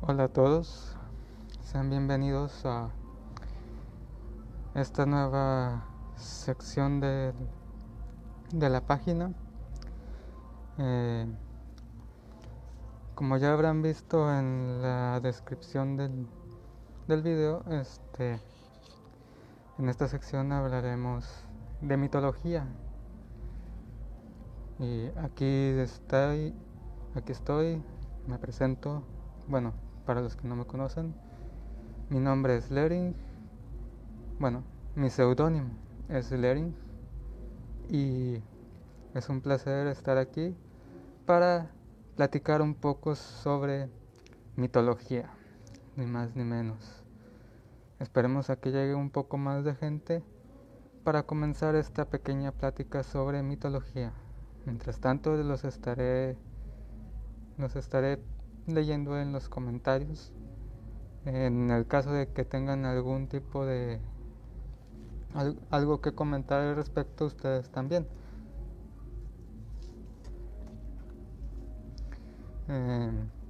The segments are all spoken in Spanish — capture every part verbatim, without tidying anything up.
Hola a todos, sean bienvenidos a esta nueva sección de, de la página. Eh, como ya habrán visto en la descripción del, del video, este, en esta sección hablaremos de mitología. Y aquí estoy, aquí estoy, me presento. Bueno, para los que no me conocen, mi nombre es Lering. Bueno, mi seudónimo es Lering y es un placer estar aquí para platicar un poco sobre mitología, ni más ni menos. Esperemos a que llegue un poco más de gente para comenzar esta pequeña plática sobre mitología. Mientras tanto, los estaré, los estaré leyendo en los comentarios. En el caso de que tengan algún tipo de algo que comentar al respecto, ustedes también. Eh,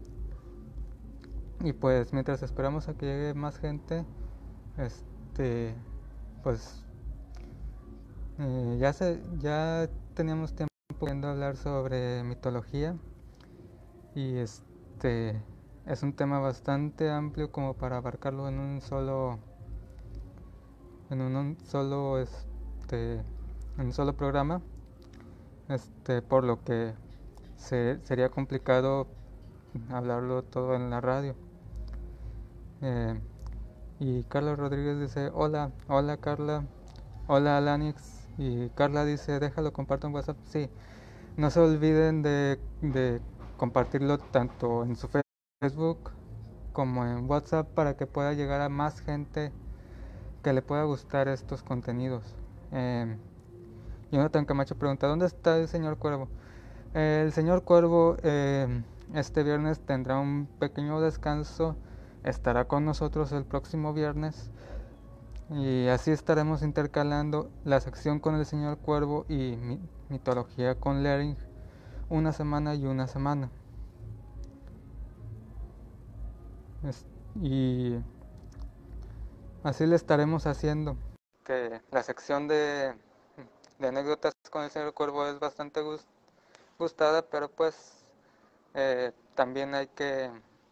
y pues mientras esperamos a que llegue más gente, este, pues eh, ya se, ya teníamos tiempo viendo hablar sobre mitología y este es un tema bastante amplio como para abarcarlo en un solo, en un solo, este, en un solo programa, este, por lo que se, sería complicado hablarlo todo en la radio. Eh, y Carla Rodríguez dice, hola, hola Carla, hola Alanix. Y Carla dice, déjalo, comparto en WhatsApp. Sí, no se olviden de, de compartirlo tanto en su Facebook como en WhatsApp para que pueda llegar a más gente que le pueda gustar estos contenidos. Eh, Jonathan Camacho pregunta, ¿dónde está el señor Cuervo? El señor Cuervo eh, este viernes tendrá un pequeño descanso, estará con nosotros el próximo viernes y así estaremos intercalando la sección con el señor Cuervo y mi, mitología con Lering una semana y una semana. Es, y así le estaremos haciendo. Que la sección de, de anécdotas con el señor Cuervo es bastante gust, gustada, pero pues eh, también hay que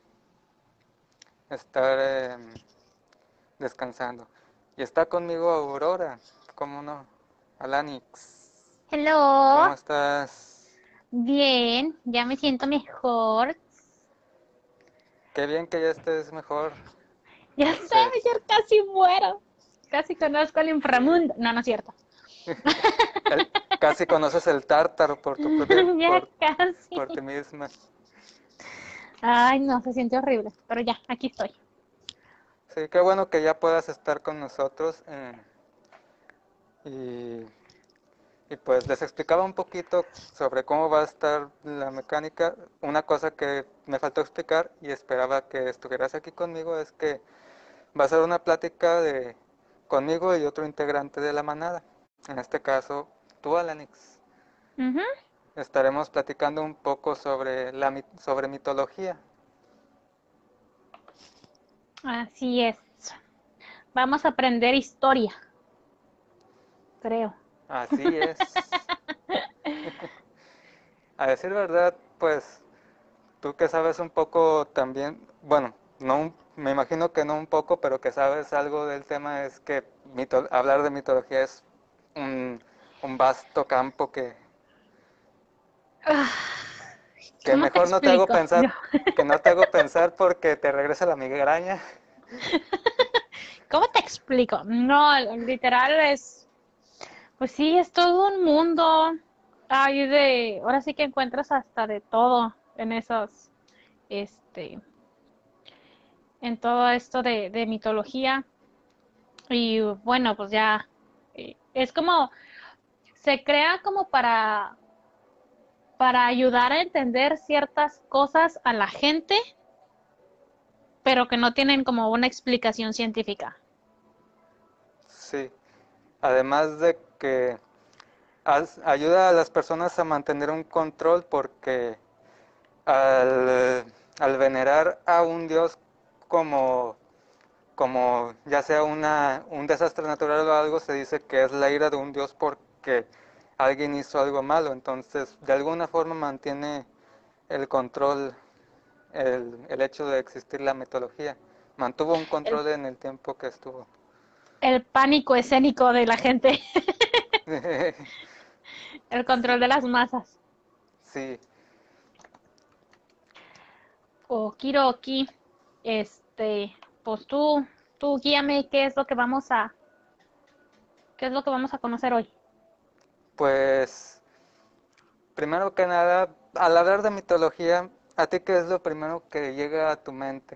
estar eh, descansando. Y está conmigo Aurora, ¿cómo no? Alanix, Hello, ¿cómo estás? bien, ya me siento mejor. Qué bien que ya estés mejor. Ya sé, Sí, ayer casi muero. Casi conozco el inframundo. No, no es cierto. el, casi conoces el tártaro por tu propia, Ya por, casi. por ti misma. Ay, no, se siente horrible. Pero ya, aquí estoy. Sí, qué bueno que ya puedas estar con nosotros. Eh, y, y pues les explicaba un poquito sobre cómo va a estar la mecánica. Una cosa que me faltó explicar y esperaba que estuvieras aquí conmigo es que va a ser una plática de conmigo y otro integrante de la manada. En este caso, tú, Alanix. Ujú. Estaremos platicando un poco sobre la sobre mitología. Así es. Vamos a aprender historia, creo. Así es. A decir verdad, pues tú que sabes un poco también, bueno, no un- me imagino que no un poco, pero que sabes algo del tema, es que mito, hablar de mitología es un, un vasto campo que, Ah, que ¿cómo te mejor no te hago explico? Yo. pensar, que no te hago pensar porque te regresa la migraña. ¿Cómo te explico? No, literal es, pues sí, es todo un mundo. Hay de, ahora sí que encuentras hasta de todo en esos, este, en todo esto de, de mitología. Y bueno, pues ya, eh, es como, se crea como para, para ayudar a entender ciertas cosas a la gente, pero que no tienen como una explicación científica. Sí, además de que ayuda a las personas a mantener un control porque al, al venerar a un dios como, como ya sea una, un desastre natural o algo, se dice que es la ira de un dios porque alguien hizo algo malo. Entonces, de alguna forma mantiene el control, el, el hecho de existir la mitología. Mantuvo un El, control en el tiempo que estuvo. el pánico escénico de la gente, el control de las masas. Sí, Okiroki, este, pues tú, tú guíame qué es lo que vamos a, qué es lo que vamos a conocer hoy. pues primero que nada, al hablar de mitología, ¿a ti qué es lo primero que llega a tu mente?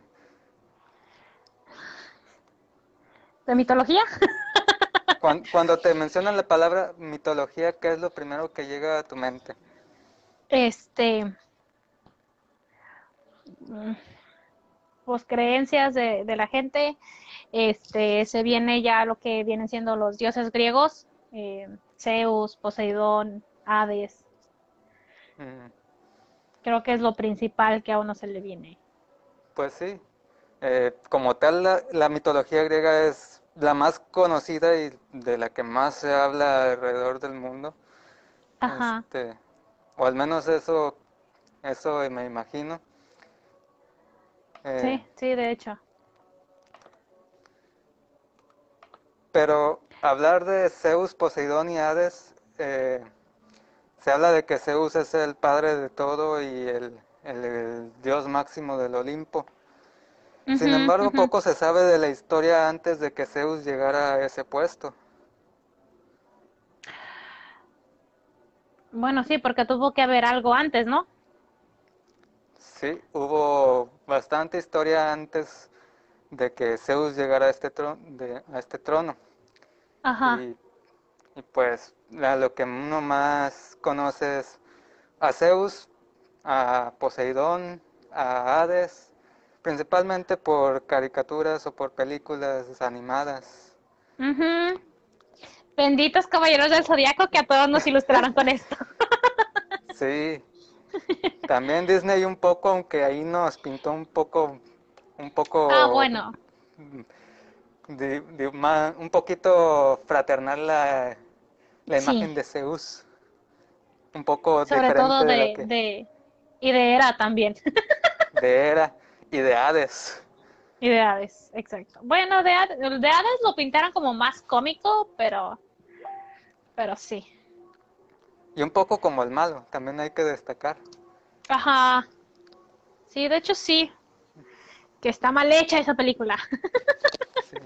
¿De mitología? Cuando, cuando te mencionan la palabra mitología, ¿qué es lo primero que llega a tu mente? Este, mm, pues creencias de, de la gente, este, se viene ya lo que vienen siendo los dioses griegos, eh, Zeus, Poseidón, Hades, Mm, creo que es lo principal que a uno se le viene. pues sí, eh, como tal la, la mitología griega es la más conocida y de la que más se habla alrededor del mundo. Ajá, Este, o al menos eso, eso me imagino. Eh, sí, sí, de hecho. pero hablar de Zeus, Poseidón y Hades, eh, se habla de que Zeus es el padre de todo y el, el- el dios máximo del Olimpo. Sin Ujú, embargo, ujú. poco se sabe de la historia antes de que Zeus llegara a ese puesto. Bueno, sí, porque tuvo que haber algo antes, ¿no? Sí, hubo bastante historia antes de que Zeus llegara a este, tro- de- a este trono. Ajá. Y, y pues a lo que uno más conoce es a Zeus, a Poseidón, a Hades, principalmente por caricaturas o por películas animadas. Ujú. Benditos caballeros del zodiaco que a todos nos ilustraron con esto. Sí, también Disney un poco, aunque ahí nos pintó un poco, un Ah, poco, bueno, de- de ma- un poquito fraternal la, la sí. imagen de Zeus, un poco Sobre todo diferente de la de, que de, y de Hera también. de Hera y de Hades, Y de Hades, exacto. Bueno, de, Hades- de Hades lo pintaron como más cómico, pero, pero sí. y un poco como el malo, también hay que destacar. Ajá. Sí, de hecho sí, que está mal hecha esa película. Sí,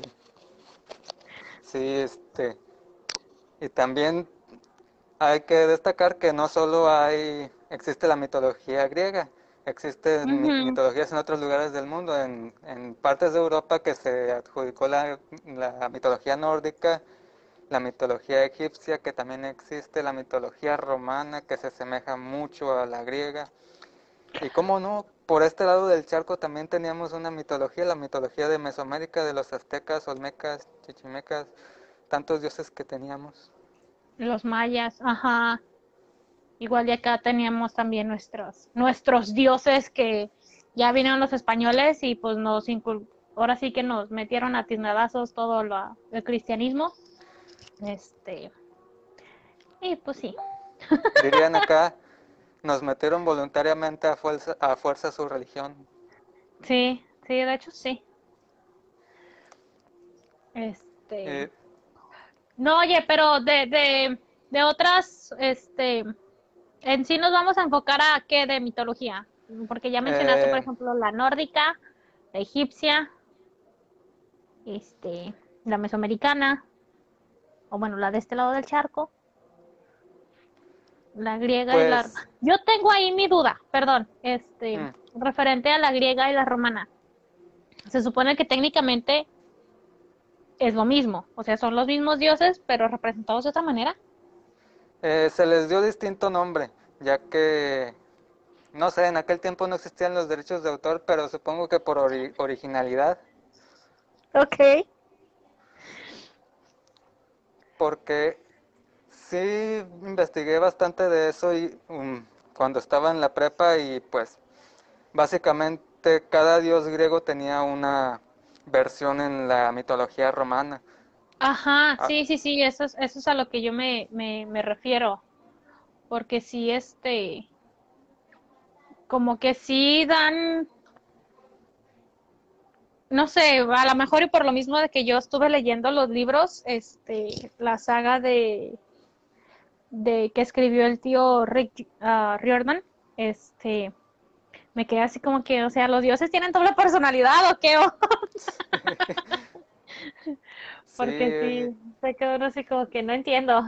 sí, este, y también hay que destacar que no solo hay, existe la mitología griega, existen mi- Ujú. mitologías en otros lugares del mundo, en, en partes de Europa que se adjudicó la, la mitología nórdica, la mitología egipcia que también existe, la mitología romana que se asemeja mucho a la griega. Y cómo no, por este lado del charco también teníamos una mitología, la mitología de Mesoamérica, de los aztecas, olmecas, chichimecas, tantos dioses que teníamos. Los mayas, ajá. Igual de acá teníamos también nuestros, nuestros dioses que ya vinieron los españoles y pues nos incul- ahora sí que nos metieron a tiznadazos todo lo, el cristianismo. Este, y pues sí, Dirían acá, nos metieron voluntariamente a fuerza, a fuerza su religión. sí, sí, de hecho sí. Este, Eh, no, oye, pero de, de, de otras, este, en sí nos vamos a enfocar a qué de mitología, porque ya mencionaste, por eh, ejemplo, la nórdica, la egipcia, este, la mesoamericana, o bueno, la de este lado del charco, la griega y la... pues, Yo tengo ahí mi duda, perdón, este, mm, referente a la griega y la romana. Se supone que técnicamente es lo mismo, o sea, son los mismos dioses, pero representados de otra manera. eh, se les dio distinto nombre, ya que, no sé, en aquel tiempo no existían los derechos de autor, pero supongo que por ori- originalidad, Ok. porque sí investigué bastante de eso y um, cuando estaba en la prepa y pues básicamente prácticamente cada dios griego tenía una versión en la mitología romana. Ajá, Ah, sí, sí, sí, eso es, eso es a lo que yo me, me, me refiero. Porque sí, este, como que sí dan, no sé, a lo mejor y por lo mismo de que yo estuve leyendo los libros, este, la saga de, de que escribió el tío Rick ah, Riordan, este, me quedé así como que, o sea, ¿los dioses tienen doble personalidad o qué? Porque sí, sí, se quedó uno así como que no entiendo.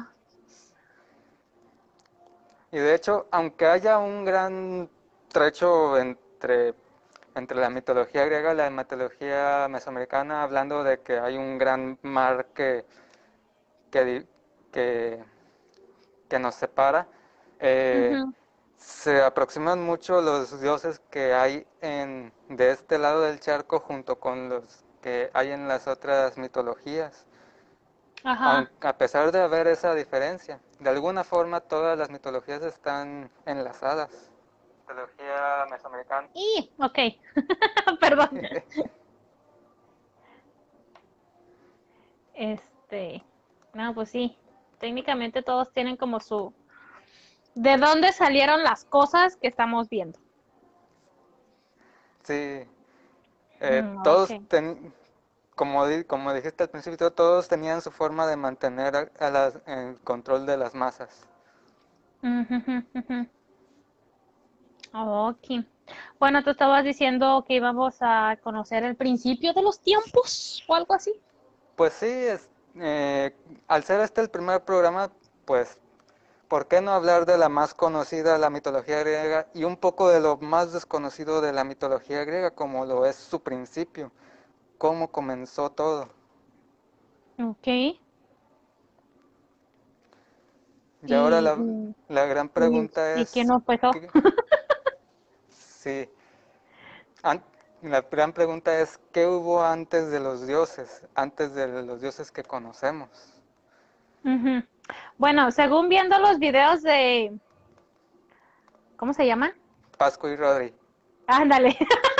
y de hecho, aunque haya un gran trecho entre, entre la mitología griega y la mitología mesoamericana, hablando de que hay un gran mar que, que, di- que, que nos separa, eh, Ujú. se aproximan mucho los dioses que hay en, de este lado del charco junto con los que hay en las otras mitologías. Ajá. Aunque, a pesar de haber esa diferencia, de alguna forma todas las mitologías están enlazadas. Mitología mesoamericana. Y, ok, perdón. Este, no, pues sí, técnicamente todos tienen como su, ¿de dónde salieron las cosas que estamos viendo? Sí, eh, Mm, todos, ok. ten, como, di- como dijiste al principio, todos tenían su forma de mantener a, a las, el control de las masas. Ujú, ujú, ujú. Ok. Bueno, tú estabas diciendo que íbamos a conocer el principio de los tiempos o algo así. Pues sí, es, eh, al ser este el primer programa, pues, ¿por qué no hablar de la más conocida, la mitología griega, y un poco de lo más desconocido de la mitología griega, como lo es su principio, cómo comenzó todo? Ok. Y ahora Y, la, y, la gran y, pregunta y que es, no empezó. ¿qué? Sí, an- la gran pregunta es, ¿qué hubo antes de los dioses, antes de los dioses que conocemos? Ujú. Bueno, según viendo los videos de, ¿cómo se llaman? Pascu y Rodri, Ándale,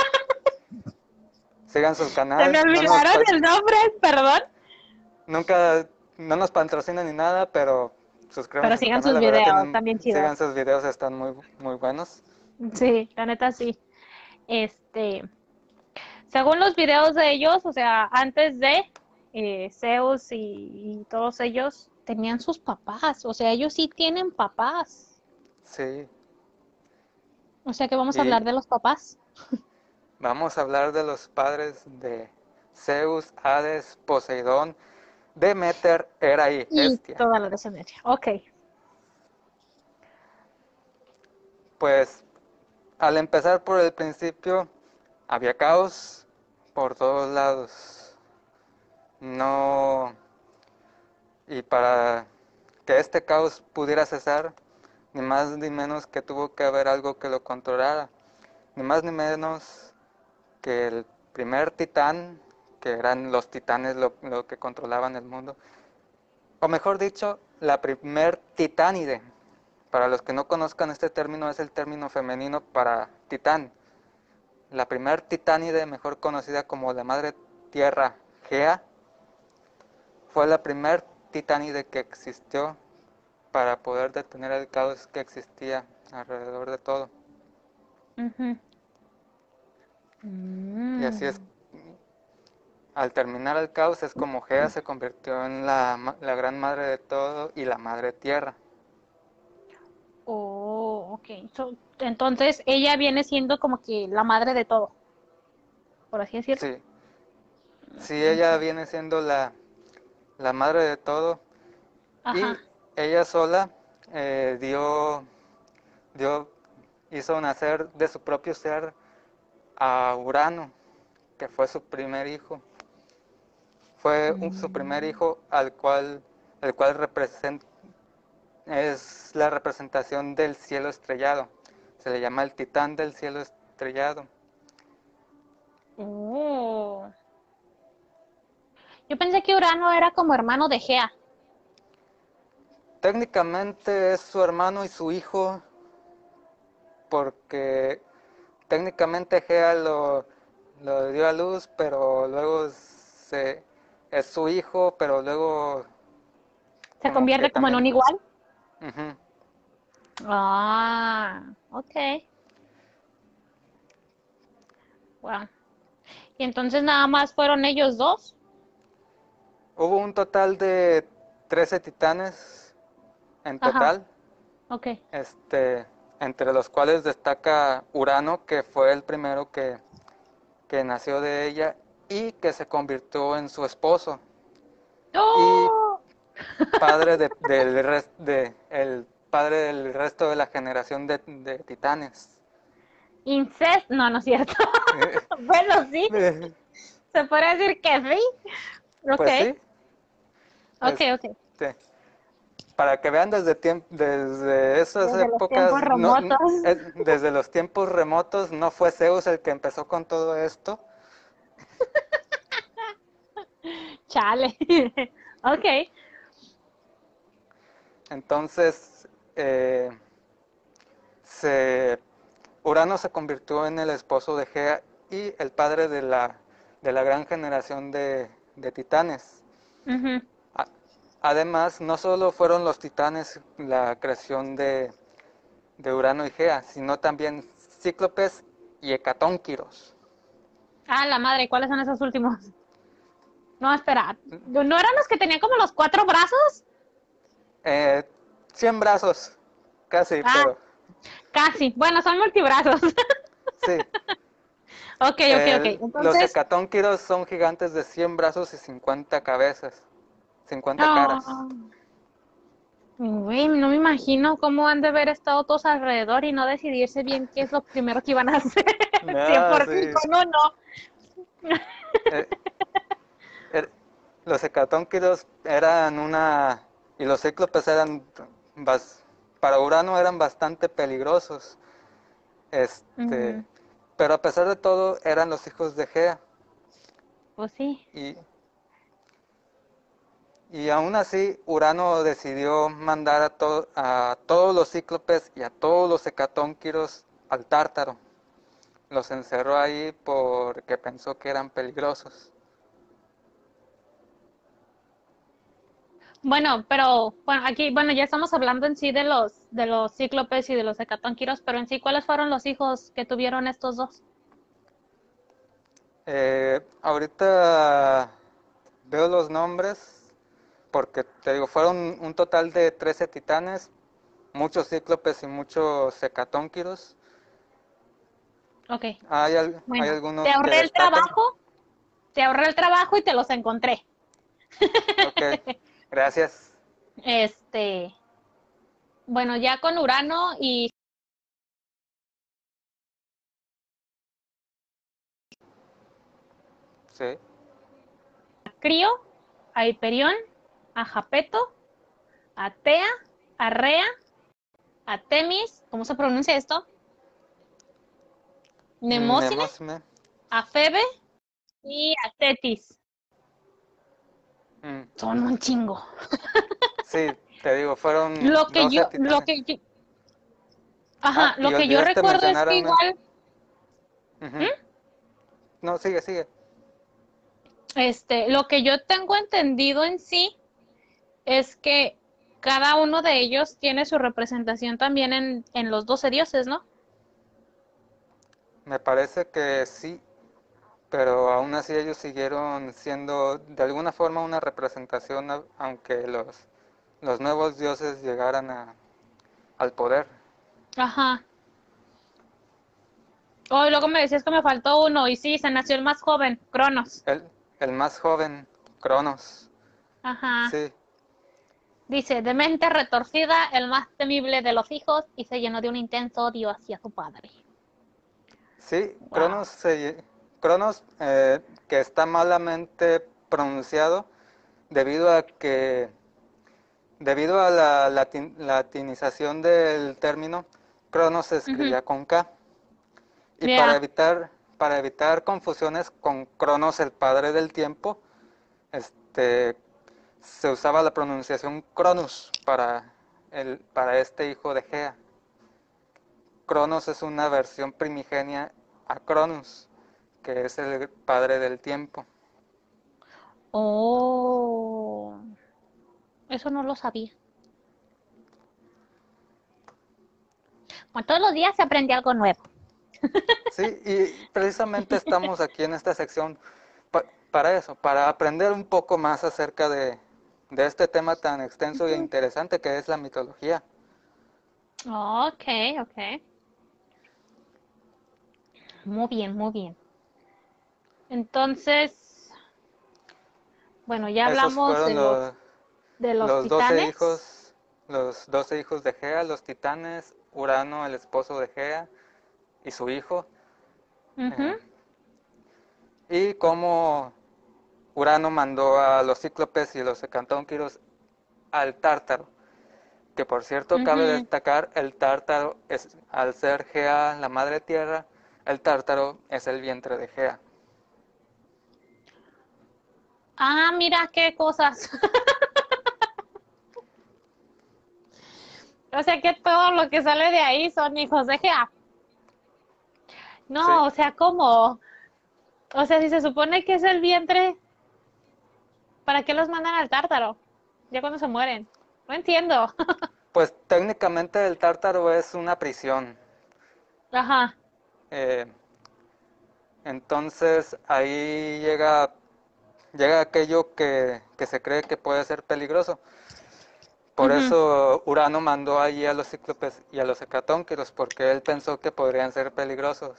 sigan su se me canal, no nos, olvidaron pa- el nombre, perdón, nunca, no nos patrocinan ni nada, pero pero suscríbanse a su sigan canal, sus la verdad videos, tienen, también chidos. sigan sus videos, están muy, muy buenos. Sí, la neta sí. Este, según los videos de ellos, o sea, antes de eh, Zeus y, y todos ellos tenían sus papás, o sea, ellos sí tienen papás. Sí, O sea que vamos a y hablar de los papás vamos a hablar de los padres de Zeus, Hades, Poseidón, Demeter, Hera y y Hestia. toda la descendencia. Ok. Pues al empezar por el principio, había caos por todos lados. No, y para que este caos pudiera cesar, ni más ni menos que tuvo que haber algo que lo controlara, ni más ni menos que el primer titán, que eran los titanes lo, lo que controlaban el mundo, o mejor dicho, la primer titánide. Para los que no conozcan este término, es el término femenino para titán. La primer titánide, mejor conocida como la madre tierra Gea, fue la primer titánide que existió para poder detener el caos que existía alrededor de todo. Ujú. Y así es, Mm. al terminar el caos es como Gea se convirtió en la, la gran madre de todo y la madre tierra. Oh, ok. So, entonces ella viene siendo como que la madre de todo, por así decirlo. Sí, sí, ella Ok. viene siendo la, la madre de todo Ajá. y ella sola eh, dio, dio, hizo nacer de su propio ser a Urano, que fue su primer hijo. Fue un- su primer Mm. hijo al cual, el cual representa, es la representación del cielo estrellado. Se le llama el titán del cielo estrellado. Oh. Yo pensé que Urano era como hermano de Gea. Técnicamente es su hermano y su hijo porque técnicamente técnicamente Gea lo, lo dio a luz, pero luego se, es su hijo, pero luego Se como que convierte como en un también... igual. Ujú. Ah, ok. Wow. Y entonces nada más fueron ellos dos. Hubo un total de trece titanes en Ajá, total, ok. este, entre los cuales destaca Urano, que fue el primero que, que nació de ella y que se convirtió en su esposo y ¡Oh! padre de, del res- de- el padre del resto de la generación de, de titanes. Incesto. No, no es cierto. Bueno, sí. Se puede decir que sí. Ok, Pues sí, ok, ok. este, para que vean desde, tiemp- desde esas Desde los tiempos épocas, no, remotos. eh, desde los tiempos remotos, no fue Zeus el que empezó con todo esto. Chale. Ok. Entonces, eh, se, Urano se convirtió en el esposo de Gea y el padre de la, de la gran generación de, de titanes. Ujú. A- Además, no solo fueron los titanes la creación de, de Urano y Gea, sino también Cíclopes y Hecatónquiros. Ah, la madre, ¿cuáles son esos últimos? No, espera. ¿No eran los que tenían como los cuatro brazos? Eh, cien brazos, casi, Ah, pero casi. Bueno, son multibrazos. sí. Ok, ok, ok. El- los Entonces, hecatónquiros son gigantes de cien brazos y cincuenta cabezas, cincuenta caras. oh, güey, no me imagino cómo han de haber estado todos alrededor y no decidirse bien qué es lo primero que iban a hacer. Cien No, por ciento sí. con uno. Eh, er- los hecatónquiros eran una... y los cíclopes eran... bas- para Urano eran bastante peligrosos. Este, Mm, pero a pesar de todo eran los hijos de Gea. pues sí. Y, y aún así Urano decidió mandar a, to- a todos los cíclopes y a todos los hecatónquiros al Tártaro. Los encerró ahí porque pensó que eran peligrosos. Bueno, pero bueno, aquí, bueno, ya estamos hablando en sí de los de los cíclopes y de los hecatónquiros, pero en sí, ¿cuáles fueron los hijos que tuvieron estos dos? Eh, ahorita veo los nombres porque te digo, fueron un total de trece titanes, muchos cíclopes y muchos hecatónquiros. Ok, Hay, al- hay bueno, te algunos que ahorré el destacan. trabajo, te ahorré el trabajo y te los encontré. Ok, gracias. Este, bueno, ya con Urano y Sí. Crío, a Hiperión, a Japeto, a Tea, a Rea, a Temis, ¿cómo se pronuncia esto? Mm, Nemósine, Nemosine. a Febe y a Tetis. Mm, Son un chingo. sí, te digo, fueron Lo que doce yo, lo titanes. que yo, Ah, ajá, y lo que yo olvidaste recuerdo es mencionar que a una... igual, Ujú. ¿hmm? No, sigue, sigue. este, lo que yo tengo entendido en sí es que cada uno de ellos tiene su representación también en, en los doce dioses, ¿no? Me parece que sí, pero aún así ellos siguieron siendo de alguna forma una representación, a- aunque los, los nuevos dioses llegaran a- al poder. Ajá. Oh, y luego me decías que me faltó uno, y sí, se nació el más joven, Cronos. El, el más joven, Cronos, Ajá. sí, Dice, de mente retorcida, el más temible de los hijos, y se llenó de un intenso odio hacia su padre. sí, Wow. Cronos, se- Cronos eh, que está malamente pronunciado debido a que, debido a la latin- latinización del término, Cronos se Ujú. escribía con K. Y para Ya. evitar, para evitar confusiones con Cronos, el padre del tiempo, este, se usaba la pronunciación Cronus para, el, para este hijo de Gea. Cronos es una versión primigenia a Cronus, que es el padre del tiempo. Oh, eso no lo sabía. Bueno, todos los días se aprende algo nuevo. Sí, y precisamente estamos aquí en esta sección pa- para eso, para aprender un poco más acerca de, de este tema tan extenso e Ujú. interesante que es la mitología. Ok, ok. Muy bien, muy bien. Entonces, bueno, ya Esos hablamos de fueron los los, de los los doce titanes. hijos, los doce hijos de Gea, los titanes, Urano, el esposo de Gea, y su hijo, Ujú, eh, y cómo Urano mandó a los cíclopes y los hecatónquiros al Tártaro, que por cierto cabe ujú. destacar, el Tártaro es, al ser Gea la madre tierra, el Tártaro es el vientre de Gea. Ah, mira qué cosas. O sea que todo lo que sale de ahí son hijos de Gea. Sí, No, o sea, ¿cómo? O sea, si se supone que es el vientre, ¿para qué los mandan al tártaro? Ya cuando se mueren. No entiendo. pues técnicamente el Tártaro es una prisión. Ajá. Eh, entonces ahí llega, llega aquello que, que se cree que puede ser peligroso. Por Ujú. eso Urano mandó allí a los cíclopes y a los hecatónquiros, porque él pensó que podrían ser peligrosos.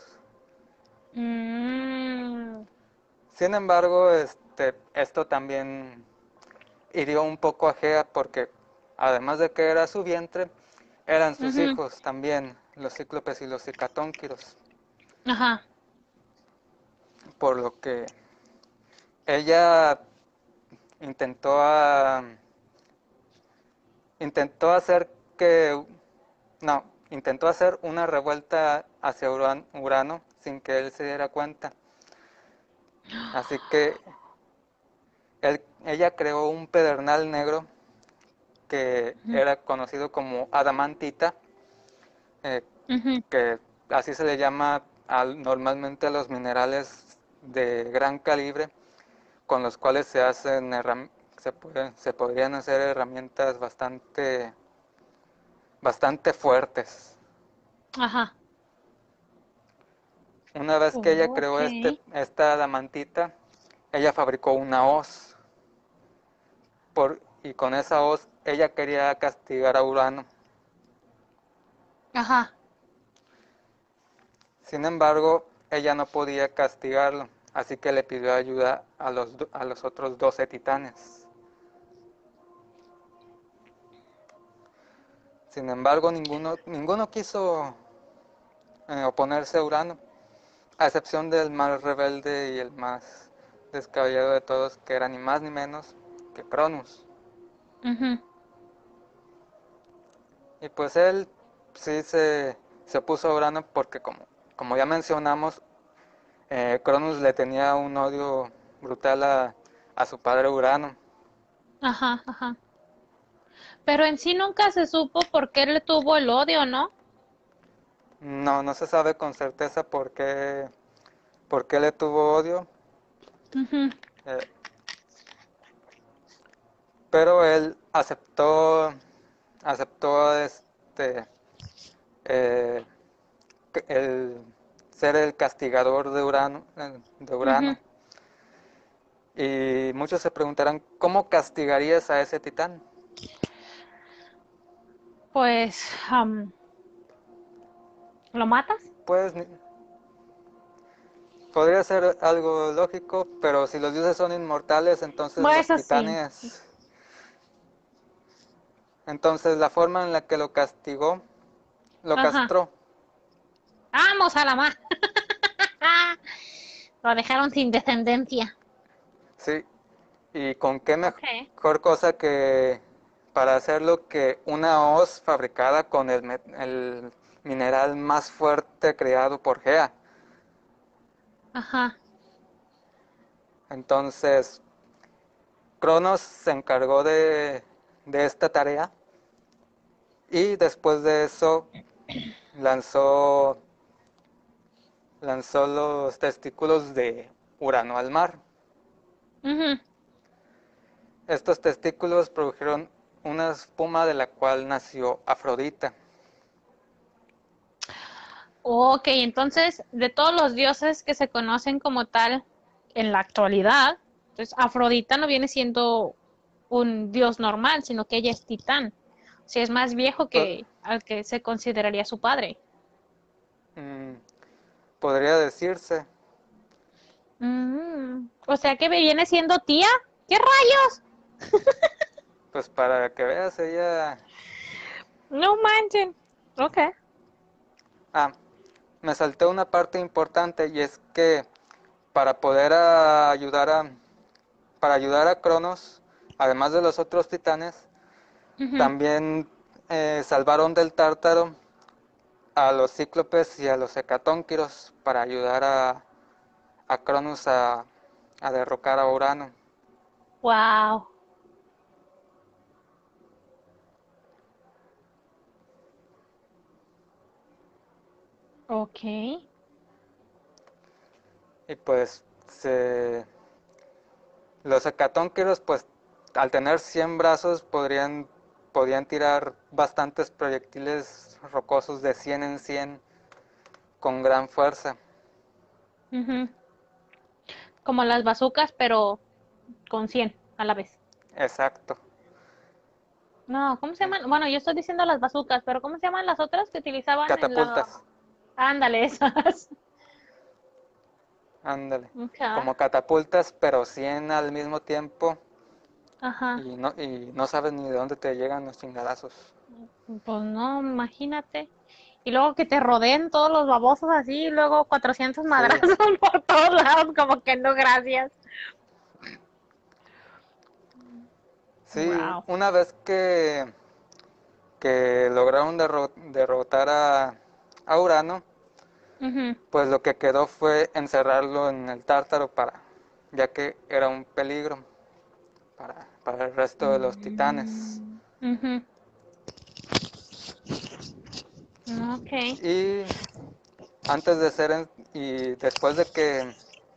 Mm, Sin embargo, este, esto también hirió un poco a Gea, porque además de que era su vientre, eran sus ujú. hijos también, los cíclopes y los hecatónquiros. Ajá. Por lo que ella intentó, a, intentó hacer que, no, intentó hacer una revuelta hacia Urano sin que él se diera cuenta. Así que él, ella creó un pedernal negro que Ujú, era conocido como adamantita, eh, ujú. que así se le llama al, normalmente a los minerales de gran calibre con los cuales se hacen se, pueden, se podrían hacer herramientas bastante bastante fuertes. Ajá. Una vez que ella Ok. creó este esta adamantita, ella fabricó una hoz por, y con esa hoz ella quería castigar a Urano. Ajá. Sin embargo, ella no podía castigarlo, así que le pidió ayuda a los, a los otros doce titanes. Sin embargo, ninguno, ninguno quiso eh, oponerse a Urano, a excepción del más rebelde y el más descabellado de todos, que era ni más ni menos que Cronus. Ujú. Y pues él sí se, se opuso a Urano porque, como, como ya mencionamos, eh, Cronus le tenía un odio brutal a, a su padre Urano. Ajá. Ajá. Pero en sí nunca se supo por qué le tuvo el odio, ¿no? No, no se sabe con certeza por qué, por qué le tuvo odio, Ujú, eh, pero él aceptó, aceptó este, eh, el ser el castigador de Urano, eh, de ujú. Urano. Y muchos se preguntarán, ¿cómo castigarías a ese titán? Pues, am, ¿lo matas? Pues podría ser algo lógico, pero si los dioses son inmortales, entonces Bueno, los eso sí. titanes, entonces la forma en la que lo castigó, lo Ajá. castró. Vamos a la mar. Lo dejaron sin descendencia. Sí, y con qué Okay. mejor cosa que para hacerlo que una hoz fabricada con el, el mineral más fuerte creado por Gea. Ajá. Entonces, Cronos se encargó de, de esta tarea y después de eso lanzó, lanzó los testículos de Urano al mar. Ujú. Estos testículos produjeron una espuma de la cual nació Afrodita. Ok, entonces, de todos los dioses que se conocen como tal en la actualidad, entonces Afrodita no viene siendo un dios normal, sino que ella es titán. O sea, es más viejo Po- que al que se consideraría su padre. mm, Podría decirse, Mm, o sea que me viene siendo tía. ¿Qué rayos? pues para que veas, ella... No manchen. Ok. Ah, me salté una parte importante y es que para poder ah, ayudar a... Para ayudar a Cronos, además de los otros titanes, Ujú. también eh, salvaron del Tártaro a los cíclopes y a los hecatónquiros para ayudar a, a Cronos a, a derrocar a Urano. Wow. Ok. Y pues se, los hecatónquiros, pues al tener cien brazos, podrían, podían tirar bastantes proyectiles rocosos de cien en cien con gran fuerza. Ujú. Como las bazucas, pero con cien a la vez. Exacto. No, ¿cómo se llaman? Bueno, yo estoy diciendo las bazucas, pero ¿cómo se llaman las otras que utilizaban en la... Catapultas. Ándale, esas. Ándale. Ok. Como catapultas, pero cien al mismo tiempo Ajá. y no, y no sabes ni de dónde te llegan los chingadazos. Pues no, imagínate. Y luego que te rodeen todos los babosos así, y luego cuatrocientos Sí, madrazos por todos lados, como que no, gracias. sí, Wow. una vez que, que lograron derro- derrotar a, a Urano, Ujú. pues lo que quedó fue encerrarlo en el Tártaro para, ya que era un peligro para, para el resto de los titanes. Mm, ujú. Ok. Y antes de ser en- y después de que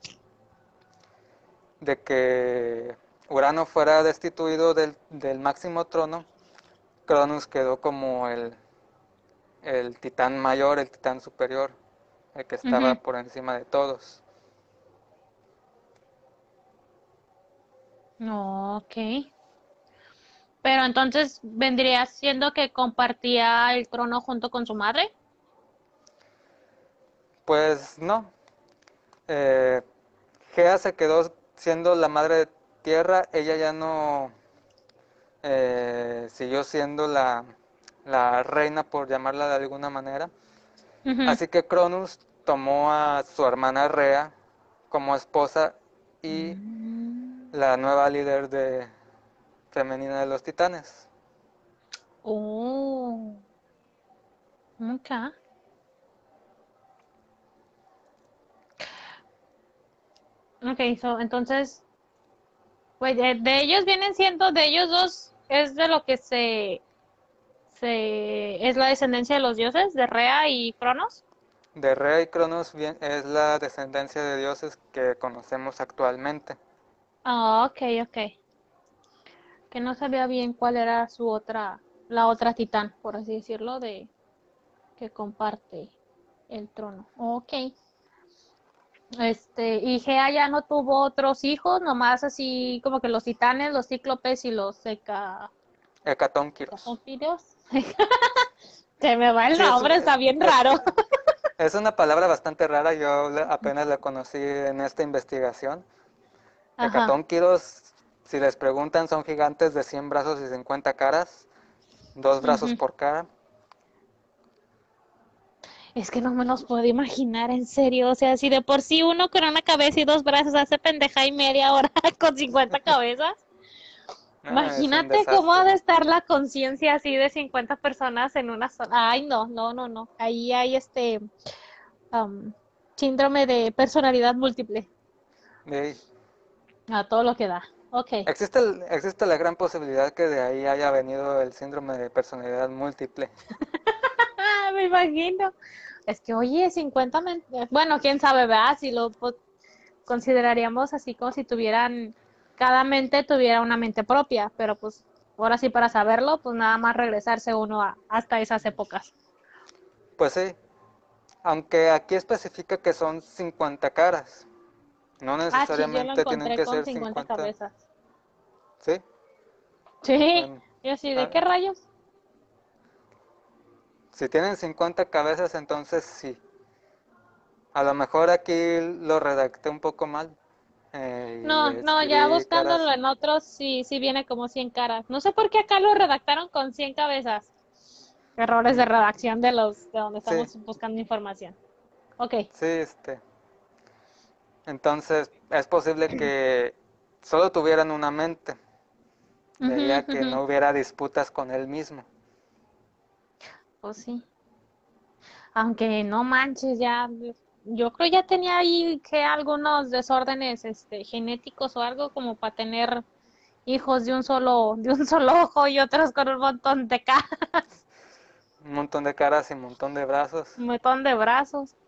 de que Urano fuera destituido del, del máximo trono, Cronos quedó como el, el titán mayor, el titán superior, el que estaba Ujú. por encima de todos. Ok. Pero entonces vendría siendo que compartía el trono junto con su madre. Pues no, eh, Gea se quedó siendo la madre de tierra, ella ya no eh, siguió siendo la, la reina, por llamarla de alguna manera. Ujú. Así que Cronos tomó a su hermana Rea como esposa y Mm. la nueva líder de, femenina de los titanes. Oh, ok. Ok, so, entonces, pues de, de ellos vienen siendo, de ellos dos, es de lo que se, se, es la descendencia de los dioses, de Rea y Cronos. De Rea y Cronos bien, es la descendencia de dioses que conocemos actualmente. Ah, ok, ok. Que no sabía bien cuál era su otra, la otra titán, por así decirlo, de que comparte el trono. Ok. Este, y Gea ya no tuvo otros hijos, nomás así como que los titanes, los cíclopes y los seca, Hecatónquiros. secafilios. Se me va el Sí, es, nombre, está bien es, raro. es una palabra bastante rara, yo apenas la conocí en esta investigación. Ajá. Hecatónquiros, si les preguntan, son gigantes de cien brazos y cincuenta caras, dos brazos Ujú. por cara. Es que no me los puedo imaginar, en serio. O sea, si de por sí uno con una cabeza y dos brazos hace pendeja y media hora con cincuenta cabezas, No, es un imagínate cómo ha desastre. de estar la conciencia así de cincuenta personas en una sola. Ay, no, no, no, no. Ahí hay este am, síndrome de personalidad múltiple. Sí. A todo lo que da. Ok. Existe, el- existe la gran posibilidad que de ahí haya venido el síndrome de personalidad múltiple. Ah, me imagino. Es que, oye, cincuenta mentes, bueno, quién sabe, ¿verdad? Si lo po- consideraríamos así como si tuvieran, cada mente tuviera una mente propia, pero pues ahora sí para saberlo, pues nada más regresarse uno a- hasta esas épocas. Pues sí, aunque aquí especifica que son cincuenta caras, no Ah, sí, yo lo necesariamente tienen encontré que con ser cincuenta cincuenta, cabezas. ¿sí? Sí, Bueno, y así, ¿de ah, qué rayos? si tienen cincuenta cabezas, entonces sí. A lo mejor aquí lo redacté un poco mal eh, y No, le no, ya escribí buscándolo caras. en otros, sí, sí viene como cien caras. No sé por qué acá lo redactaron con cien cabezas. Errores de Mm, redacción de los, de donde sí, estamos buscando información. Ok. sí, este. Entonces es posible que solo tuvieran una mente, de Ujú, ahí a que ujú. no hubiera disputas con él mismo. Pues sí. Aunque no manches, ya, yo creo ya tenía ahí que algunos desórdenes, este, genéticos o algo como para tener hijos de un solo, de un solo ojo y otros con un montón de caras, Un montón de caras y un montón de brazos. un montón de brazos.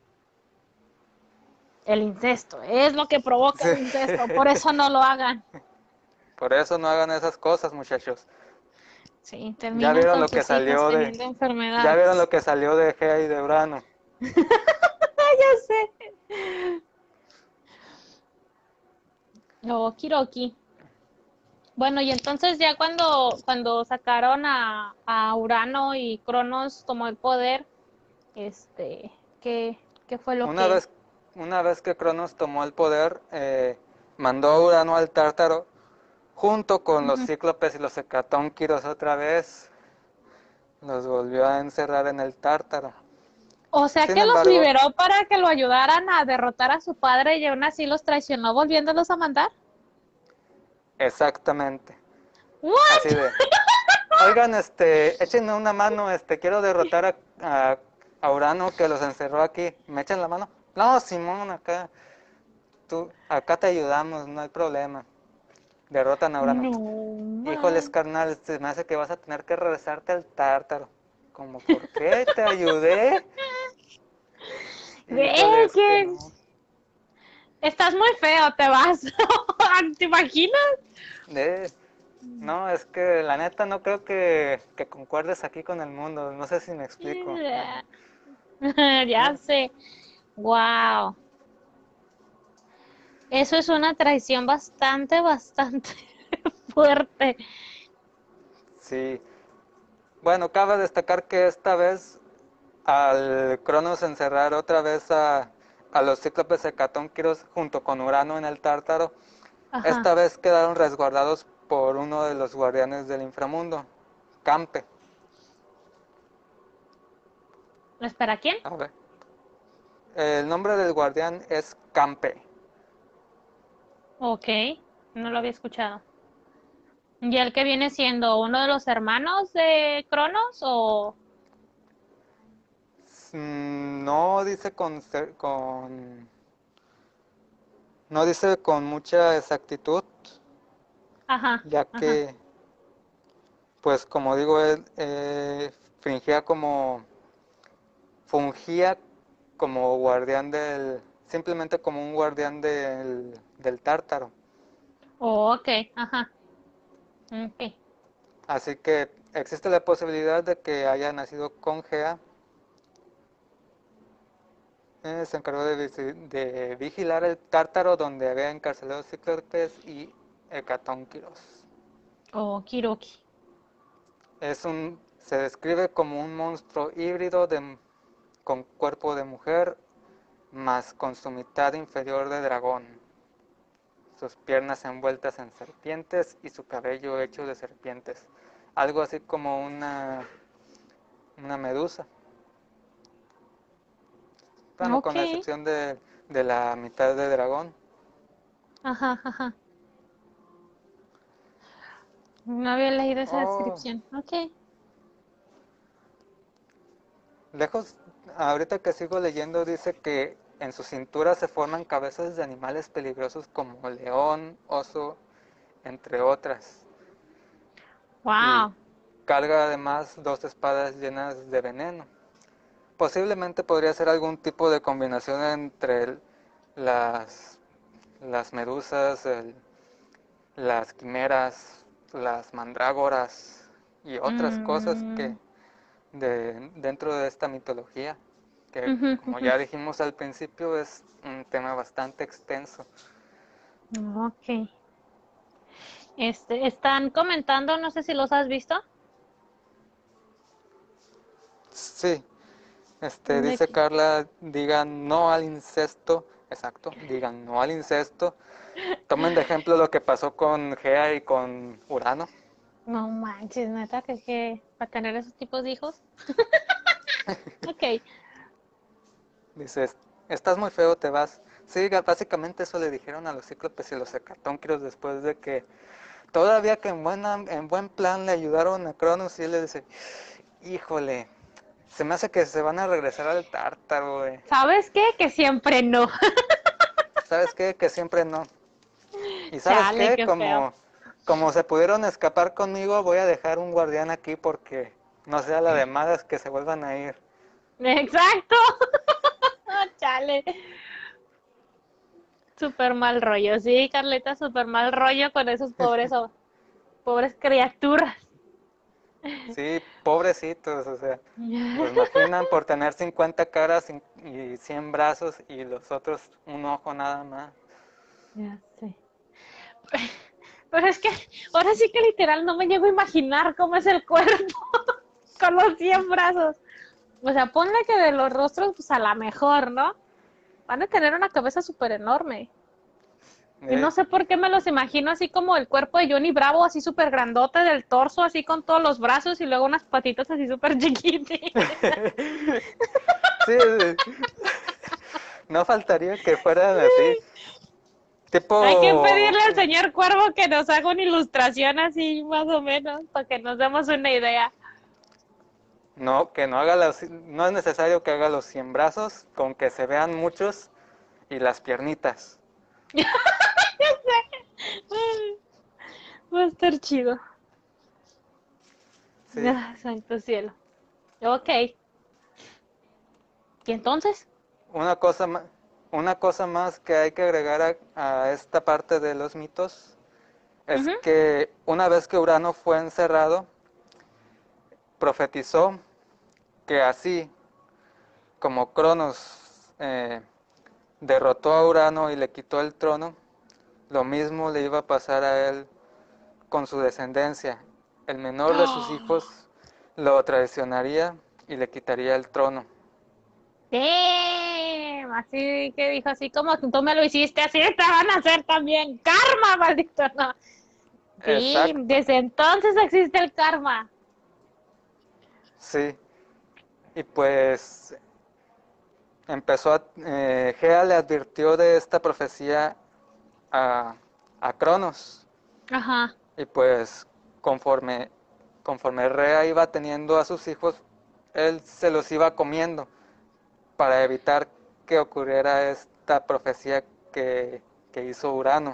El incesto, es lo que provoca Sí. el incesto, por eso no lo hagan. Por eso no hagan esas cosas, muchachos. Sí, Ya terminan vieron con lo que sus hijos salió de, teniendo ya vieron lo enfermedades. que salió de Gea y de Urano. Ya sé. Okiroki. Bueno, y entonces ya cuando, cuando sacaron a, a Urano y Cronos tomó el poder, este, ¿qué, qué fue lo Una que? vez, una vez que Cronos tomó el poder, eh, mandó a Urano al Tártaro junto con los Ujú. cíclopes y los hecatónquiros otra vez. Los volvió a encerrar en el Tártaro. O sea Sin que los embargo, liberó para que lo ayudaran a derrotar a su padre y aún así los traicionó volviéndolos a mandar. exactamente. ¿What? Así de, oigan, este, échenme una mano, este, quiero derrotar a, a, a Urano que los encerró aquí. ¿Me echan la mano? No, Simón, acá, tú, acá te ayudamos, no hay problema. Derrotan a Urano. No Híjoles, man. carnal, se me hace que vas a tener que regresarte al Tártaro. Como, ¿por qué? ¿Te ayudé? Ve Híjole, es que que no. estás muy feo, te vas. ¿Te imaginas? Eh, no, es que la neta no creo que, que concuerdes aquí con el mundo. No sé si me explico. Ya No, sé. Wow. Eso es una traición bastante, bastante fuerte. sí. Bueno, cabe destacar que esta vez al Cronos encerrar otra vez a, a los cíclopes hecatónquiros junto con Urano en el Tártaro, esta Ajá. vez quedaron resguardados por uno de los guardianes del inframundo, Campe. Espera, ¿quién? A ver, el nombre del guardián es Campe. Ok, no lo había escuchado. ¿Y el que viene siendo uno de los hermanos de Cronos o? Mm, No dice con, con no dice con mucha exactitud, Ajá, ya ajá. que, pues como digo, él eh, fingía como, fungía como guardián del, simplemente como un guardián del, del Tártaro. Oh, ok, ajá. Ok. Así que existe la posibilidad de que haya nacido con Gea. Eh, se encargó de, de, vigilar el Tártaro donde había encarcelados cíclopes y hecatónquiros. Oh, Kiroki. Es un, se describe como un monstruo híbrido de, con cuerpo de mujer, más con su mitad inferior de dragón, sus piernas envueltas en serpientes y su cabello hecho de serpientes. Algo así como una, una medusa. Bueno, Ok. con la excepción de, de la mitad de dragón. Ajá, ajá. No había leído esa Oh, descripción. Ok. lejos, ahorita que sigo leyendo dice que en su cintura se forman cabezas de animales peligrosos como león, oso, entre otras. Y Wow. carga además dos espadas llenas de veneno. posiblemente podría ser algún tipo de combinación entre el- las, las medusas, el- las quimeras, las mandrágoras y otras cosas que Mm, de, dentro de esta mitología, que ujú, como ujú. ya dijimos al principio es un tema bastante extenso. Ok. Este, están comentando, no sé si los has visto. Sí, este, De dice que- Carla, digan no al incesto, exacto, digan no al incesto. Tomen de ejemplo lo que pasó con Gea y con Urano. No manches, neta, que, que para tener esos tipos de hijos. Ok. Dices, estás muy feo, te vas. Sí, básicamente eso le dijeron a los cíclopes y los hecatónquiros después de que todavía que en, buena, en buen plan le ayudaron a Cronos y él le dice, híjole, se me hace que se van a regresar al tártaro, güey. ¿Sabes qué? Que siempre no. ¿Sabes qué? Que siempre no. ¿Y sabes Chale, qué? qué feo. Como, como se pudieron escapar conmigo, voy a dejar un guardián aquí porque no sea la de malas que se vuelvan a ir. Exacto. Chale. Súper mal rollo. Sí, Carleta, súper mal rollo con esos pobres, o- pobres criaturas. Sí, pobrecitos, o sea, los imaginan por tener cincuenta caras y cien brazos y los otros un ojo nada más. Ya sé. Pero es que ahora sí que literal no me llego a imaginar cómo es el cuerpo con los cien brazos. O sea, ponle que de los rostros, pues a la mejor, ¿no? Van a tener una cabeza súper enorme. Y no ¿Eh? sé por qué me los imagino así como el cuerpo de Johnny Bravo, así súper grandote del torso, así con todos los brazos y luego unas patitas así súper chiquitas. Sí, no faltaría que fueran así. Hay que Tipo, pedirle al señor Cuervo que nos haga una ilustración así más o menos, para que nos demos una idea. no, que no haga los, no es necesario que haga los cien brazos, con que se vean muchos y las piernitas. Va a estar chido. Sí. Ah, santo cielo. Ok. ¿Y entonces? Una cosa más, una cosa más que hay que agregar a, a esta parte de los mitos es Ujú. que una vez que Urano fue encerrado, profetizó que así como Cronos eh, derrotó a Urano y le quitó el trono, lo mismo le iba a pasar a él con su descendencia. El menor de sus hijos lo traicionaría y le quitaría el trono. Damn, así que dijo, así como tú me lo hiciste, así te van a hacer también. Karma, maldito, no. Sí, Exacto, desde entonces existe el karma. sí. Y pues empezó a, eh, Gea le advirtió de esta profecía a, a Cronos. Ajá. Y pues conforme, conforme Rea iba teniendo a sus hijos, él se los iba comiendo para evitar que ocurriera esta profecía que, que hizo Urano.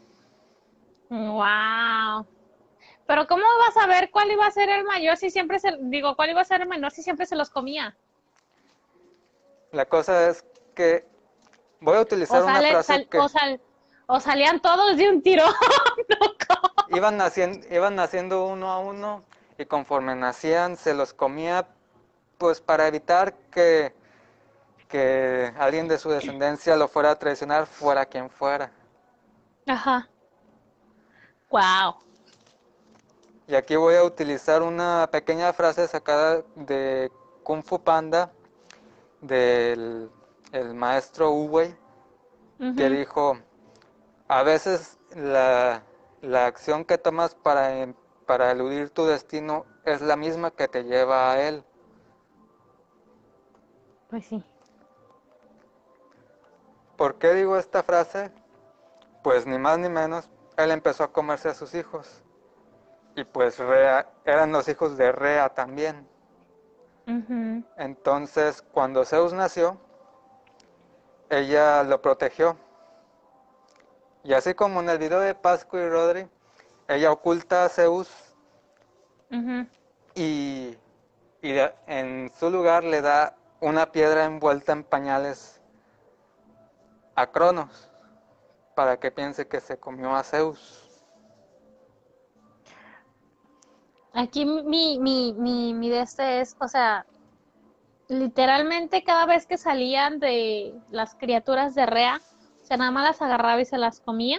Wow. Pero ¿cómo vas a ver cuál iba a ser el mayor si siempre se, digo, cuál iba a ser el menor si siempre se los comía? La cosa es que voy a O utilizar una sale, frase sal, o que sal, o salían todos de un tirón. iban naciendo, iban naciendo uno a uno y conforme nacían se los comía pues para evitar que, que alguien de su descendencia lo fuera a traicionar, fuera quien fuera. Ajá. Wow. Y aquí voy a utilizar una pequeña frase sacada de Kung Fu Panda del el maestro Uwei, que Mhm. dijo, a veces la, la acción que tomas para, para eludir tu destino es la misma que te lleva a él. Pues sí. ¿Por qué digo esta frase? Pues ni más ni menos, él empezó a comerse a sus hijos. Y pues Rea, eran los hijos de Rea también. Mhm. Entonces, cuando Zeus nació, ella lo protegió. Y así como en el video de Pascu y Rodri, ella oculta a Zeus Mhm. y, y en su lugar le da una piedra envuelta en pañales a Cronos para que piense que se comió a Zeus. Aquí mi, mi, mi, mi de este es, o sea, literalmente cada vez que salían de las criaturas de Rea, o sea, nada más las agarraba y se las comía.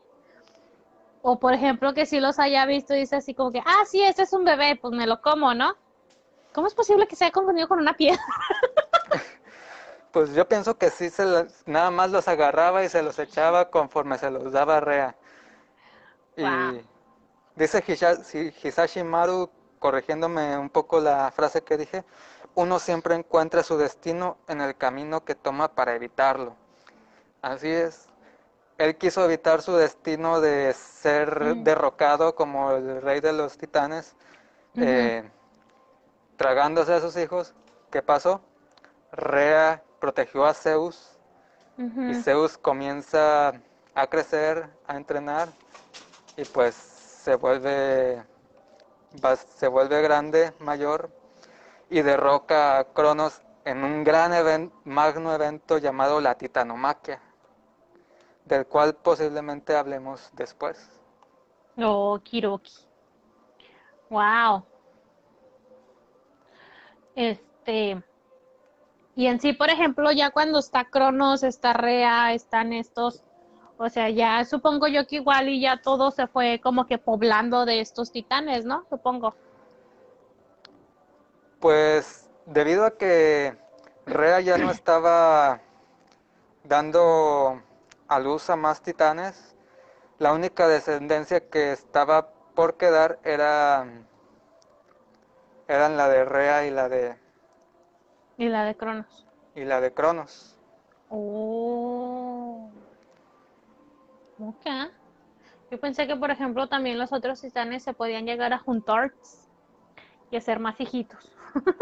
O por ejemplo, que si los haya visto y dice así como que, ah, sí, este es un bebé, pues me lo como, ¿no? ¿Cómo es posible que se haya confundido con una piedra? Pues yo pienso que sí, se las- nada más los agarraba y se los echaba conforme se los daba Rea. Wow. Y dice Hisha- si- Hisashi Maru, corrigiéndome un poco la frase que dije, uno siempre encuentra su destino en el camino que toma para evitarlo. Así es. Él quiso evitar su destino de ser Mm, derrocado como el rey de los titanes, ujú, eh, tragándose a sus hijos. ¿Qué pasó? Rea protegió a Zeus y ujú. Zeus comienza a crecer, a entrenar y pues se vuelve, va- se vuelve grande, mayor y derroca a Cronos en un gran event, magno evento llamado la Titanomaquia, del cual posiblemente hablemos después. Oh, Kiroki. Wow. Este, y en sí, por ejemplo, ya cuando está Cronos, está Rea, están estos, o sea, ya supongo yo que igual y ya todo se fue como que poblando de estos titanes, ¿no? Supongo. Pues debido a que Rea ya no estaba dando a luz a más titanes, la única descendencia que estaba por quedar era, eran la de Rea y la de, Y la de Cronos. y la de Cronos. Oh, ok. Yo pensé que, por ejemplo, también los otros titanes se podían llegar a juntar y hacer más hijitos.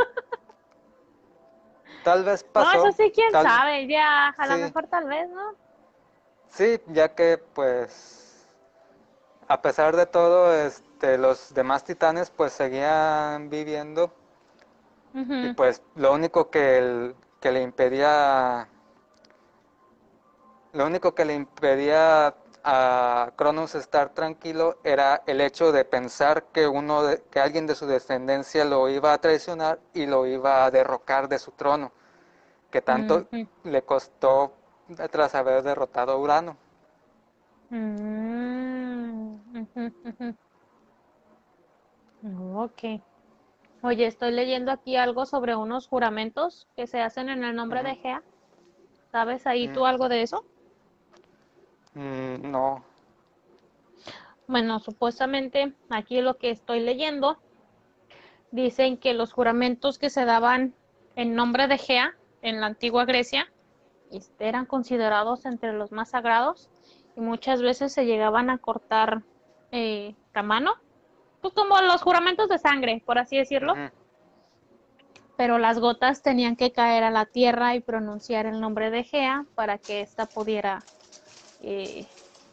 Tal vez No, eso pasó, sí, quién tal, sabe, ya, a lo sí, mejor tal vez, ¿no? sí, ya que pues a pesar de todo, este, los demás titanes pues seguían viviendo y Ujú. pues lo único que, el, que le impedía Lo único que le impedía a Cronos estar tranquilo era el hecho de pensar que uno de, que alguien de su descendencia lo iba a traicionar y lo iba a derrocar de su trono, que tanto Ujú. le costó tras haber derrotado a Urano. Mm, ujú, ujú. Ok. Oye, estoy leyendo aquí algo sobre unos juramentos que se hacen en el nombre Ujú. de Gea. ¿Sabes ahí Mm, tú algo de eso? mm, no. Bueno, supuestamente aquí lo que estoy leyendo dicen que los juramentos que se daban en nombre de Gea en la antigua Grecia este, eran considerados entre los más sagrados y muchas veces se llegaban a cortar eh, a mano, pues como los juramentos de sangre, por así decirlo, Ujú. pero las gotas tenían que caer a la tierra y pronunciar el nombre de Gea para que ésta pudiera eh,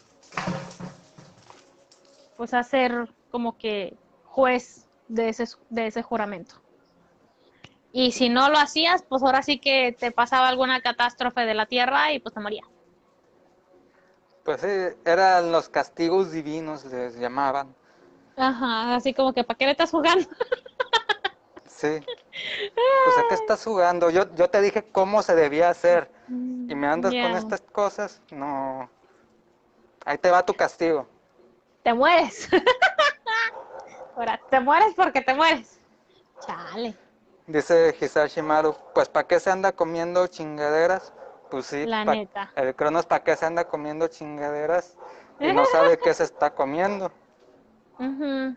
pues hacer como que juez de ese, de ese juramento. Y si no lo hacías, pues ahora sí que te pasaba alguna catástrofe de la tierra y pues te morías. Pues sí, eran los castigos divinos, les llamaban. Ajá, así como que ¿para qué le estás jugando? Sí, pues ¿a qué estás jugando? Yo, yo te dije cómo se debía hacer y me Mm, andas con ya, estas cosas. No, ahí te va tu castigo. te mueres. Ahora, te mueres porque te mueres. Chale, Dice Hisashi Maru, pues ¿para qué se anda comiendo chingaderas? Pues sí, la pa- neta. el Cronos ¿para qué se anda comiendo chingaderas? Y no sabe qué se está comiendo. Ujú.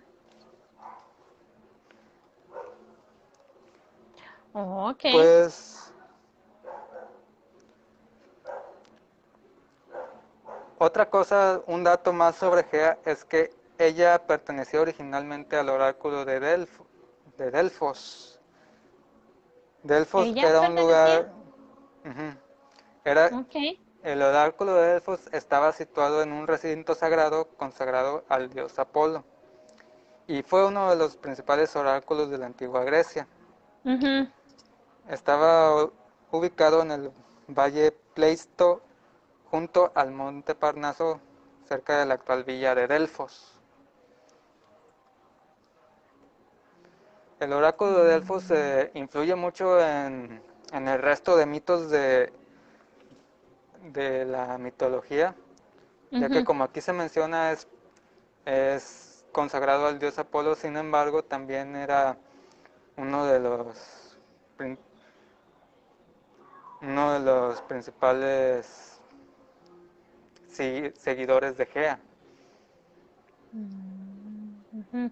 Ok. Pues otra cosa, un dato más sobre Gea es que ella pertenecía originalmente al oráculo de, Delfo, de Delfos. Delfos Ella era un pertenecía. lugar, ujú, era Ok. el oráculo de Delfos estaba situado en un recinto sagrado consagrado al dios Apolo y fue uno de los principales oráculos de la antigua Grecia. Ujú. estaba ubicado en el Valle Pleisto, junto al Monte Parnaso, cerca de la actual villa de Delfos. El oráculo de Delfos eh, influye mucho en, en el resto de mitos de, de la mitología, ya que Ujú. como aquí se menciona es, es consagrado al dios Apolo, sin embargo también era uno de los uno de los principales sí, seguidores de Gea. Mm, ujú.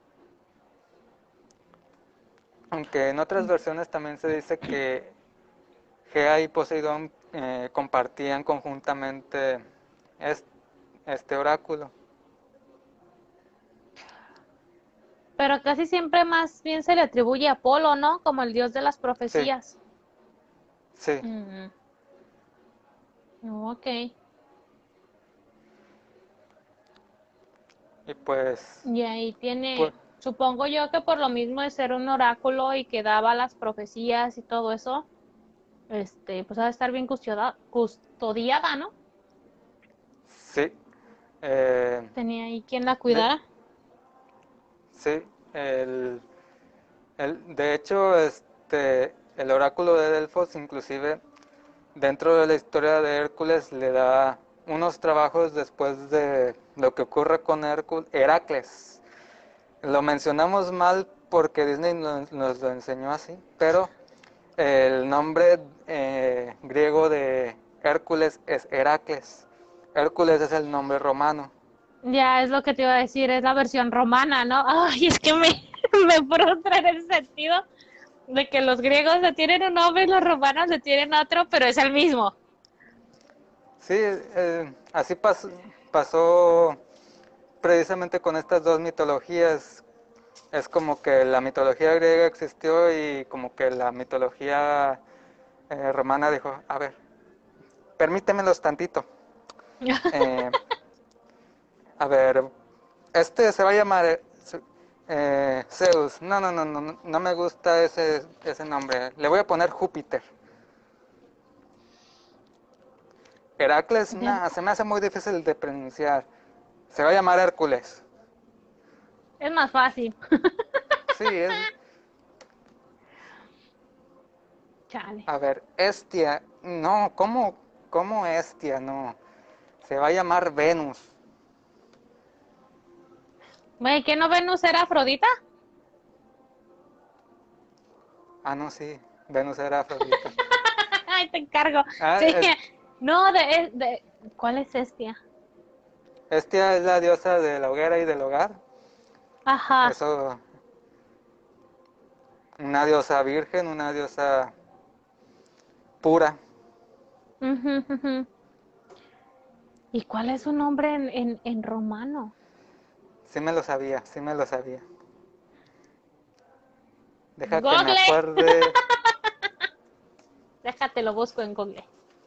Aunque en otras versiones también se dice que Gea y Poseidón eh, compartían conjuntamente este, este oráculo. Pero casi siempre más bien se le atribuye a Apolo, ¿no? Como el dios de las Sí, profecías. sí. Mm, ok. Y pues, Y ahí pues tiene, supongo yo que por lo mismo de ser un oráculo y que daba las profecías y todo eso, este, pues ha de estar bien custodiada, custodiada, ¿no? sí. Eh, Tenía ahí quien la de, cuidara. sí, el, el, de hecho, este, el oráculo de Delfos, inclusive dentro de la historia de Hércules, le da unos trabajos después de lo que ocurre con Hércules, Heracles. Lo mencionamos mal porque Disney nos, nos lo enseñó así, pero el nombre eh, griego de Hércules es Heracles. Hércules es el nombre romano. Ya es lo que te iba a decir, es la versión romana, ¿no? Ay, es que me, me frustra en ese sentido de que los griegos le tienen un nombre y los romanos le tienen otro, pero es el mismo. Sí, eh, así pasó, pasó precisamente con estas dos mitologías. Es como que la mitología griega existió y como que la mitología eh, romana dijo, a ver, permítemelos tantito. Eh, a ver, este se va a llamar eh, Zeus. No, no, no, no, no me gusta ese, ese nombre. Le voy a poner Júpiter. Heracles, Ya. nada, se me hace muy difícil de pronunciar. Se va a llamar Hércules. Es más fácil. Sí, es. Chale. A ver, Estia. No, ¿cómo, cómo Estia? No. Se va a llamar Venus. Güey, ¿qué no Venus era Afrodita? Ah, no, sí. Venus era Afrodita. Ay, te encargo. Ah, Sí. es, No, de, de, ¿cuál es Estia? Estia es la diosa de la hoguera y del hogar. Ajá. Eso, una diosa virgen, una diosa pura. Ujú, ujú. ¿Y cuál es su nombre en, en, en romano? Sí me lo sabía, sí me lo sabía. Deja que me Google. acuerde, Déjate lo busco en Google.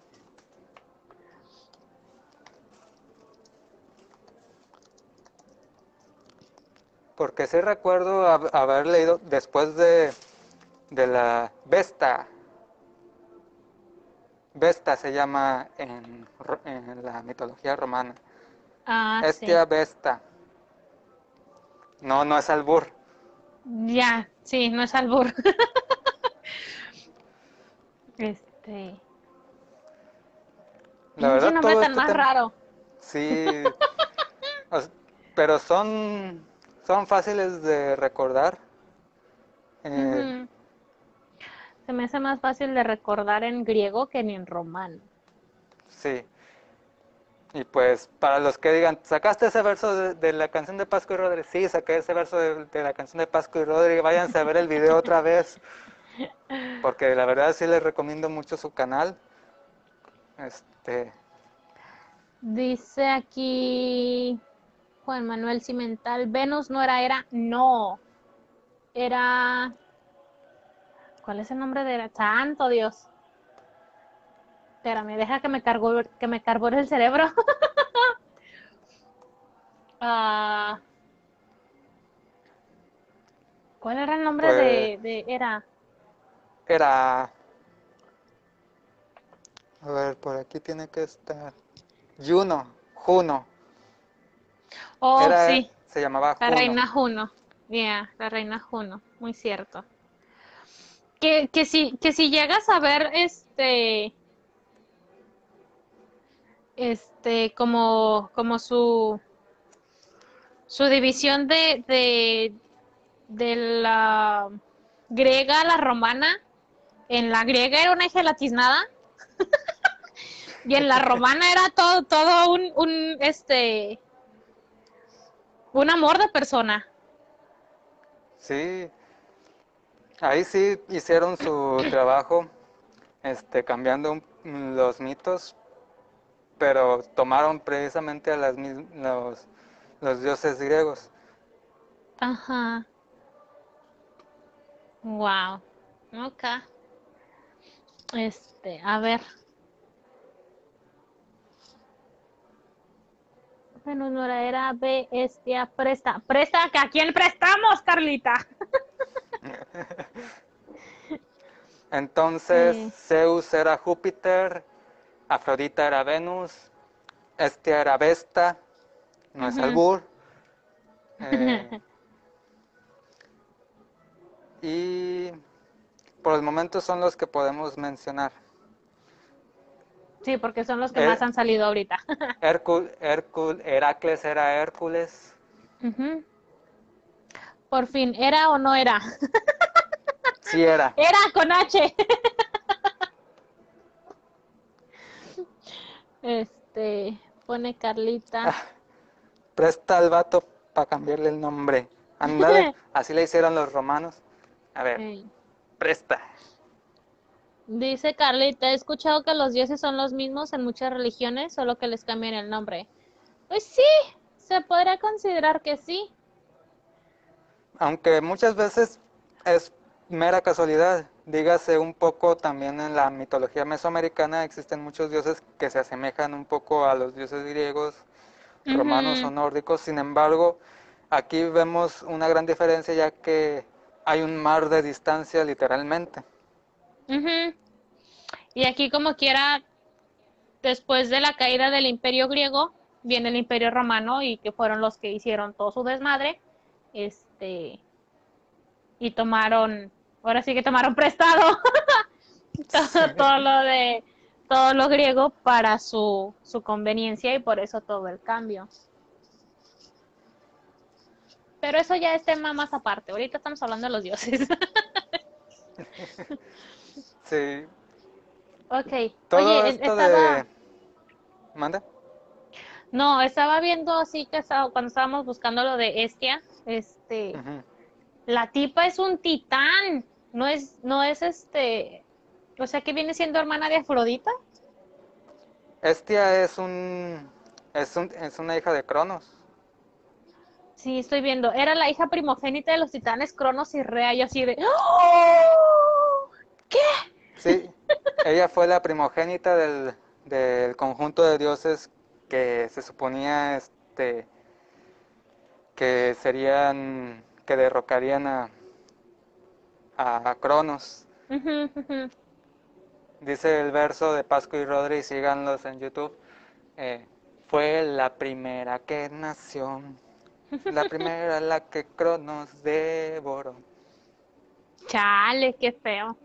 porque sí recuerdo haber leído después de, de la Vesta. Vesta se llama en, en la mitología romana. Ah, sí. Estia Vesta. No, no es albur. Ya, sí, no es albur. Este, La pinche verdad, nombre todo tan este más tema, raro. sí, pero son, son fáciles de recordar. Eh, Ujú. Se me hace más fácil de recordar en griego que en romano. sí, y pues para los que digan, ¿sacaste ese verso de, de la canción de Pascu y Rodríguez? Sí, saqué ese verso de, de la canción de Pascu y Rodríguez. Váyanse a ver el video otra vez, porque la verdad sí les recomiendo mucho su canal. Este, Dice aquí Juan Manuel Cimental, Venus no era, era, no, era, ¿cuál es el nombre de era? Santo Dios. Espérame, deja que me cargó, que me carbure el cerebro. Ah, ¿cuál era el nombre pues de, de era? era, a ver, por aquí tiene que estar, Juno, Juno, Oh, era, sí, se llamaba la Juno. reina Juno. Yeah, la reina Juno, muy cierto. Que, que si, que si llegas a ver este, este, como, como su, su división de, de, de la griega a la romana, en la griega era una gelatinada y en la romana era todo, todo un, un, este, un amor de persona. Sí, ahí sí hicieron su trabajo, este, cambiando un- los mitos, pero tomaron precisamente a las, mis- los, los dioses griegos. Ajá, wow. Ok. Este, a ver. Bueno, no era, era bestia, presta. Presta, ¿que a quién prestamos, Carlita? Entonces Eh, Zeus era Júpiter, Afrodita era Venus, Hestia era Vesta, no es ujú. albur, eh, y por el momento son los que podemos mencionar. Sí, porque son los que más Her- han salido ahorita. Hércul- Hércul- Heracles era Hércules, Ujú. Por fin, ¿era o no era? sí era. Era con H. Este, pone Carlita. Ah, presta al vato para cambiarle el nombre. Ándale, así le hicieron los romanos. A ver, Ey. presta. Dice Carlita, he escuchado que los dioses son los mismos en muchas religiones, solo que les cambian el nombre. Pues sí, se podría considerar que sí. Aunque muchas veces es mera casualidad. Dígase un poco también en la mitología mesoamericana existen muchos dioses que se asemejan un poco a los dioses griegos, romanos o Ujú, nórdicos. Sin embargo, aquí vemos una gran diferencia ya que hay un mar de distancia literalmente. ujú. Y aquí como quiera, después de la caída del Imperio griego, viene el Imperio romano y que fueron los que hicieron todo su desmadre, este, y tomaron, ahora sí que tomaron prestado Sí, todo, todo lo de todo lo griego para su, su conveniencia y por eso todo el cambio. Pero eso ya es tema más aparte. Ahorita estamos hablando de los dioses. sí. Ok. Todo Oye, e- esto de... estaba, ¿Manda? no, estaba viendo así que estaba, cuando estábamos buscando lo de Estia, este, Ujú. la tipa es un titán, no es, no es este, o sea que viene siendo hermana de Afrodita. Hestia es un, es un... es una hija de Cronos. Sí, estoy viendo. Era la hija primogénita de los titanes Cronos y Rea, y así de. ¡Oh! ¿Qué? Sí, ella fue la primogénita del, del conjunto de dioses que se suponía este, que serían, que derrocarían a, a Cronos. Ujú, ujú. Dice el verso de Pascu y Rodri, síganlos en YouTube. eh, Fue la primera que nació, la primera la que Cronos devoró. Chale, qué feo.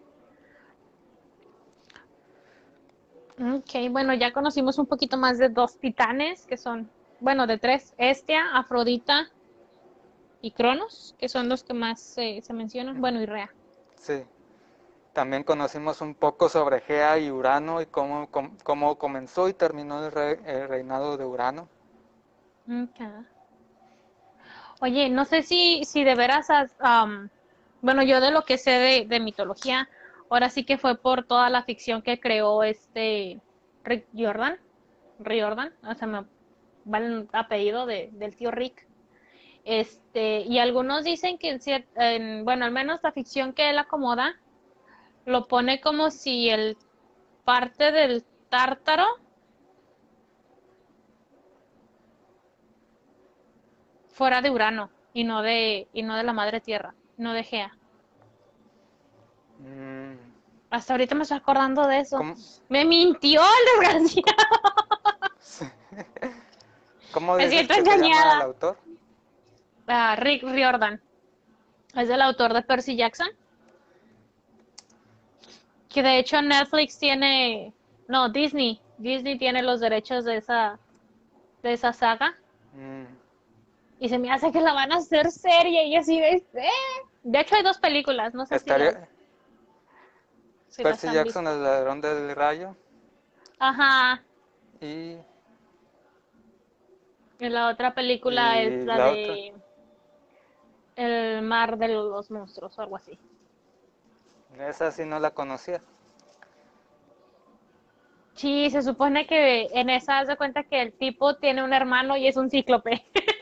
Ok, bueno, ya conocimos un poquito más de dos titanes, que son, bueno, de tres, Hestia, Afrodita y Cronos, que son los que más eh, se mencionan. Bueno, y Rea. Sí. También conocimos un poco sobre Gea y Urano y cómo, cómo, cómo comenzó y terminó el, re, el reinado de Urano. Okay. Oye, no sé si, si de veras has, am, bueno, yo de lo que sé de, de mitología, ahora sí que fue por toda la ficción que creó este Rick Jordan, Riordan, o sea, me va el apellido de, del tío Rick. Este, y algunos dicen que en, cier- en, bueno, al menos la ficción que él acomoda, lo pone como si el parte del tártaro fuera de Urano y no de, y no de la madre tierra, no de Gea. Mm. Hasta ahorita me estoy acordando de eso. ¿Cómo, Me mintió el desgraciado. cómo Me dices siento que se llama el engañada. autor? Ah, Rick Riordan. Es el autor de Percy Jackson. Que de hecho Netflix tiene. No, Disney. Disney tiene los derechos de esa, de esa saga. Mm, Y se me hace que la van a hacer serie. Y así de. "Eh". De hecho, hay dos películas. No sé si las, estaría si las Percy han Jackson, visto. el ladrón del rayo, Ajá. y, Y la otra película es y la la otra. de El mar de los monstruos o algo así. Esa sí no la conocía. Sí, se supone que en esa haz de cuenta que el tipo tiene un hermano y es un cíclope.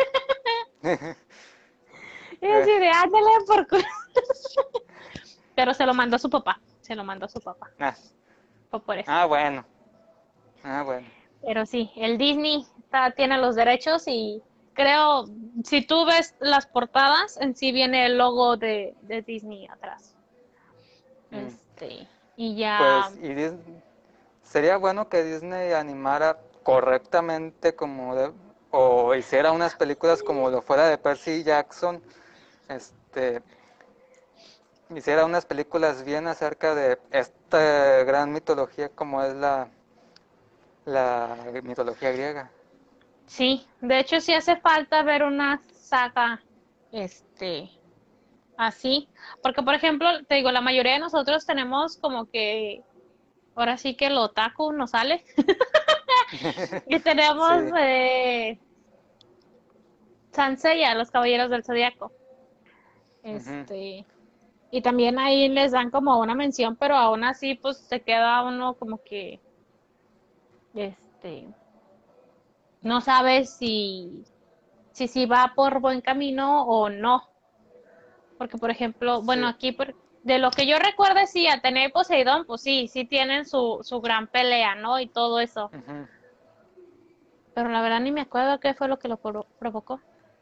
Y Eh, así de, ándale por culo. Pero se lo mandó a su papá. Se lo mandó a su papá. ah, Fue por eso. ah, bueno. Ah, bueno. Pero sí, el Disney está, tiene los derechos y creo, si tú ves las portadas, en sí viene el logo de, de Disney atrás. Mm, Este, y ya. Pues, y Dis- sería bueno que Disney animara correctamente como de- o hiciera unas películas como lo fuera de Percy Jackson, este, hiciera unas películas bien acerca de esta gran mitología como es la, la mitología griega. Sí, de hecho sí hace falta ver una saga, este, así, porque por ejemplo, te digo, la mayoría de nosotros tenemos como que, ahora sí que el otaku nos sale, y tenemos Sí, eh, Sanseiya, los Caballeros del Zodiaco, ujú, este, y también ahí les dan como una mención, pero aún así pues se queda uno como que, este, no sabe si, si, si va por buen camino o no. Porque, por ejemplo, bueno, sí, aquí por- de lo que yo recuerdo, sí, Atenea y Poseidón, pues sí, sí tienen su, su gran pelea, ¿no? Y todo eso. ujú. Pero la verdad ni me acuerdo qué fue lo que lo pro- provocó.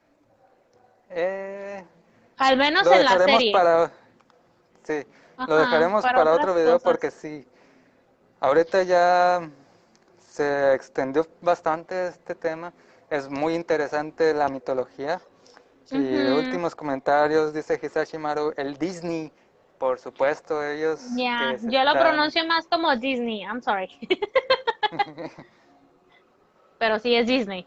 Eh, Al menos lo en la dejaremos serie. para, sí, lo Ajá, dejaremos para para otras otro video porque cosas. sí, ahorita ya se extendió bastante este tema. Es muy interesante la mitología. Y de Ujú. últimos comentarios dice Hisashi Maru, el Disney, por supuesto, ellos Ya, que se yo lo están, pronuncio más como Disney, I'm sorry. Pero sí es Disney.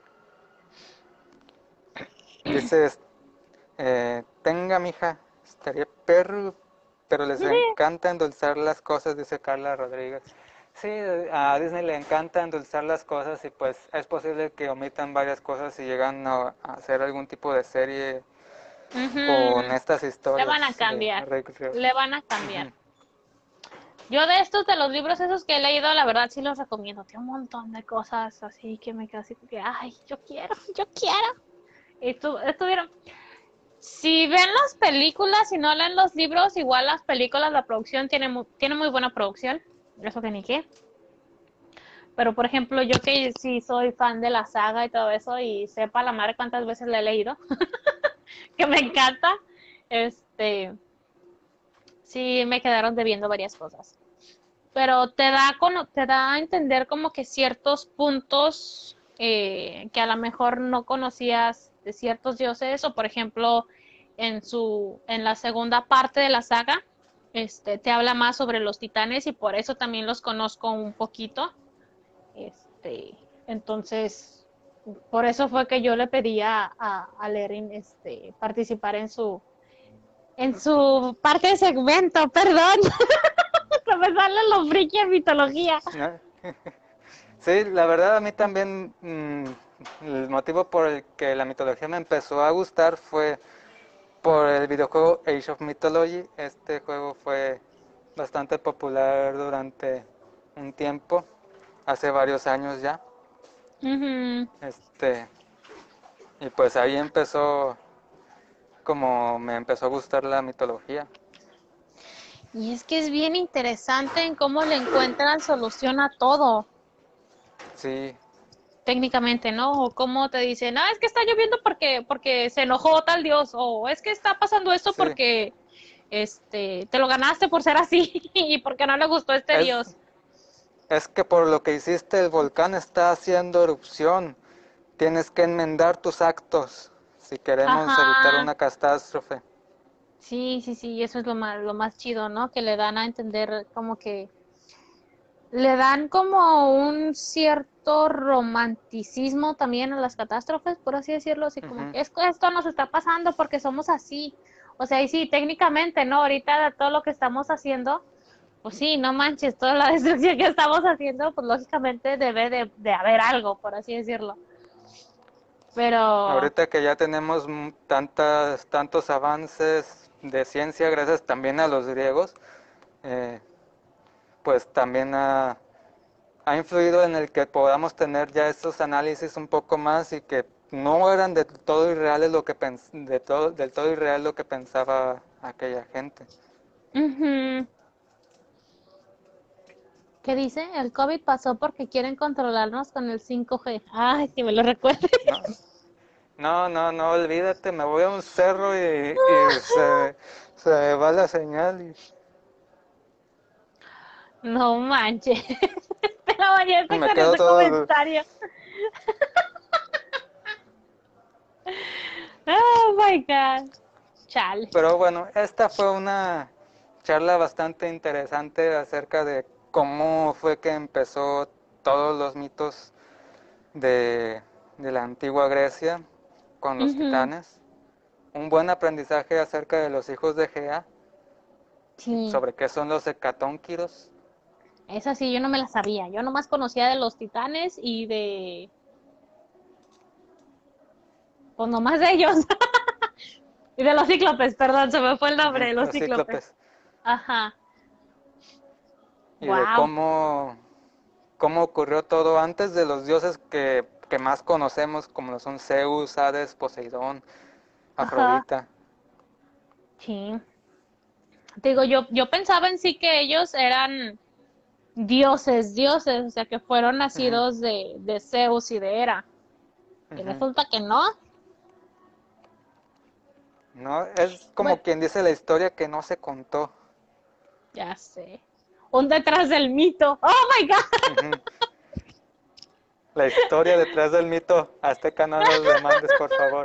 dice, eh, tenga mija, estaría perro, pero les encanta endulzar las cosas, dice Carla Rodríguez. Sí, a Disney le encanta endulzar las cosas y pues es posible que omitan varias cosas y llegan a, a hacer algún tipo de serie con Ujú. estas Le van historias a de cambiar. Rick Riordan. Le van a cambiar. Ujú. Yo de estos, de los libros esos que he leído, la verdad sí los recomiendo. Tiene un montón de cosas así que me quedo así como que, ay, yo quiero, yo quiero. Y tu- estuvieron. Si ven las películas y no leen los libros, igual las películas, la producción tiene muy, tiene muy buena producción. Eso que ni qué. Pero por ejemplo, yo que sí soy fan de la saga y todo eso, y sepa la madre cuántas veces la he leído, que me encanta, este, sí me quedaron debiendo varias cosas. Pero te da, cono- te da a entender como que ciertos puntos eh, que a lo mejor no conocías de ciertos dioses, o por ejemplo, en su, en la segunda parte de la saga, este, te habla más sobre los titanes y por eso también los conozco un poquito. Este, entonces, por eso fue que yo le pedía a, a Lerin este, participar en su, en su parte de segmento, perdón. Se me salen los friki en mitología. ¿No? Sí, la verdad a mí también mm, el motivo por el que la mitología me empezó a gustar fue por el videojuego Age of Mythology. Este juego fue bastante popular durante un tiempo, hace varios años ya. Ujú. Este, y pues ahí empezó como me empezó a gustar la mitología. Y es que es bien interesante en cómo le encuentran solución a todo, Sí, técnicamente, ¿no? O cómo te dicen, ah, es que está lloviendo porque, porque se enojó tal dios, o es que está pasando esto sí. porque este, te lo ganaste por ser así y porque no le gustó este Es, dios. es que por lo que hiciste el volcán está haciendo erupción. Tienes que enmendar tus actos si queremos evitar Ajá, una catástrofe. sí, sí, sí, eso es lo más, lo más chido, ¿no? Que le dan a entender como que le dan como un cierto romanticismo también a las catástrofes, por así decirlo, así como Ujú. que es que esto nos está pasando porque somos así. O sea, y sí, técnicamente, ¿no? Ahorita todo lo que estamos haciendo, pues sí, no manches, toda la destrucción que estamos haciendo, pues lógicamente debe de, de haber algo, por así decirlo. Pero, Ahorita que ya tenemos mm, tantas, tantos avances de ciencia, gracias también a los griegos, eh, pues también ha, ha influido en el que podamos tener ya estos análisis un poco más y que no eran de todo irreales lo que pens- de todo, del todo irreal lo que pensaba aquella gente. ujú, ¿qué dice? El COVID pasó porque quieren controlarnos con el cinco G. Ay, si me lo recuerdo. No, no, no, no, olvídate, me voy a un cerro y, y se, se va la señal y No manches. Te la bañaste me con quedo ese todo. comentario. Oh my God. Chale. Pero bueno, esta fue una charla bastante interesante acerca de cómo fue que empezó todos los mitos de, de la antigua Grecia con los Ujú, titanes. Un buen aprendizaje acerca de los hijos de Gea, sí, sobre qué son los hecatónquiros. esa sí, yo no me la sabía. Yo nomás conocía de los titanes y de, pues nomás de ellos. Y de los cíclopes, perdón, se me fue el nombre Ujú, de los los cíclopes. cíclopes. Ajá. Y de Wow. cómo, cómo ocurrió todo antes de los dioses que, que más conocemos, como lo son Zeus, Hades, Poseidón, Ajá. Afrodita. Sí. Te digo, yo, yo pensaba en sí que ellos eran dioses, dioses, o sea, que fueron Ujú, nacidos de, de Zeus y de Hera. Y ujú. resulta que no. No, es Bueno, como quien dice la historia que no se contó. ya sé. Un detrás del mito. ¡Oh my God! Ujú. La historia detrás del mito. Azteca, no nos demandes, por favor.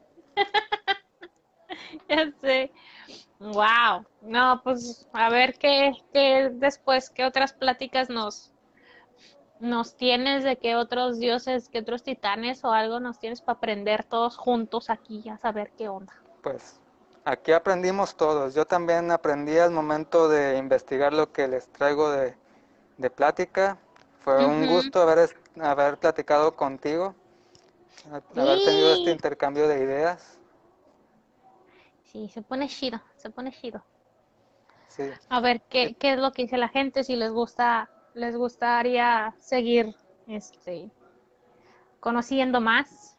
Ya sé. Wow. No, pues a ver qué, qué después, qué otras pláticas nos, nos tienes de qué otros dioses, qué otros titanes o algo nos tienes para aprender todos juntos aquí a saber qué onda. Pues aquí aprendimos todos. Yo también aprendí al momento de investigar lo que les traigo de, de plática. Fue un Ujú. gusto haber, haber platicado contigo, haber tenido este Sí, intercambio de ideas. sí, se pone chido, se pone chido. Sí. A ver Y qué, qué es lo que dice la gente, si les gusta, les gustaría seguir este conociendo más.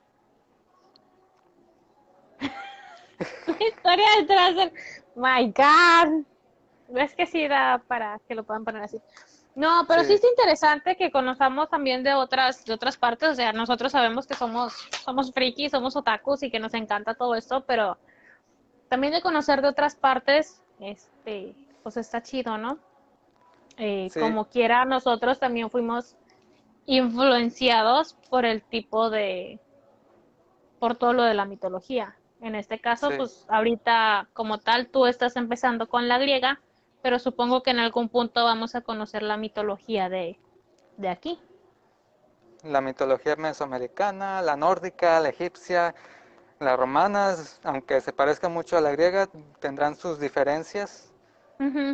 La historia detrás del... My God. Es que sí da para que lo puedan poner así. No, pero sí sí, es interesante que conozcamos también de otras, de otras partes. O sea, nosotros sabemos que somos, somos frikis, somos otakus y que nos encanta todo esto, pero también de conocer de otras partes, este, pues está chido, ¿no? Eh, sí, como quiera, nosotros también fuimos influenciados por el tipo de, por todo lo de la mitología. En este caso, sí. pues ahorita como tal tú estás empezando con la griega, pero supongo que en algún punto vamos a conocer la mitología de, de aquí. La mitología mesoamericana, la nórdica, la egipcia, las romanas, aunque se parezcan mucho a la griega, tendrán sus diferencias, Ujú.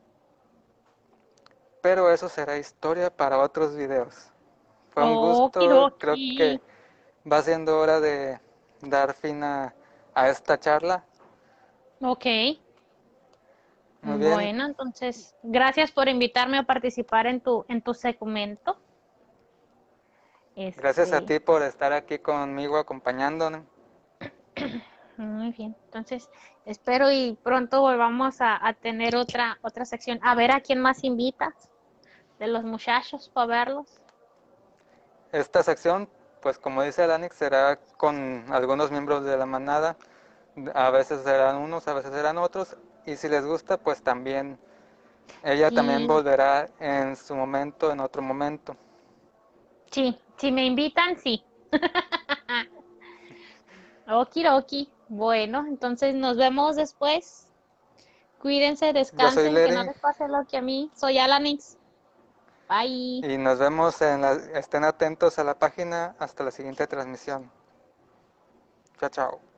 pero eso será historia para otros videos. Fue un gusto, creo Okidoki. que va siendo hora de dar fin a, a esta charla. Ok. Muy bien, Bueno, entonces, gracias por invitarme a participar en tu, en tu segmento. gracias a Este, ti por estar aquí conmigo acompañándome. muy bien. Entonces, espero y pronto volvamos a, a tener otra, otra sección. A ver a quién más invitas de los muchachos para verlos. Esta sección, pues como dice Alanix, será con algunos miembros de la manada. A veces serán unos, a veces serán otros. y si les gusta, pues también, ella también Sí, volverá en su momento, en otro momento. sí, si me invitan, sí. Okidoki. Bueno, entonces nos vemos después. Cuídense, Yo soy descansen, que no Lery les pase lo que a mí. Soy Alanix. Bye. y nos vemos en la, estén atentos a la página hasta la siguiente transmisión. Chao, chao.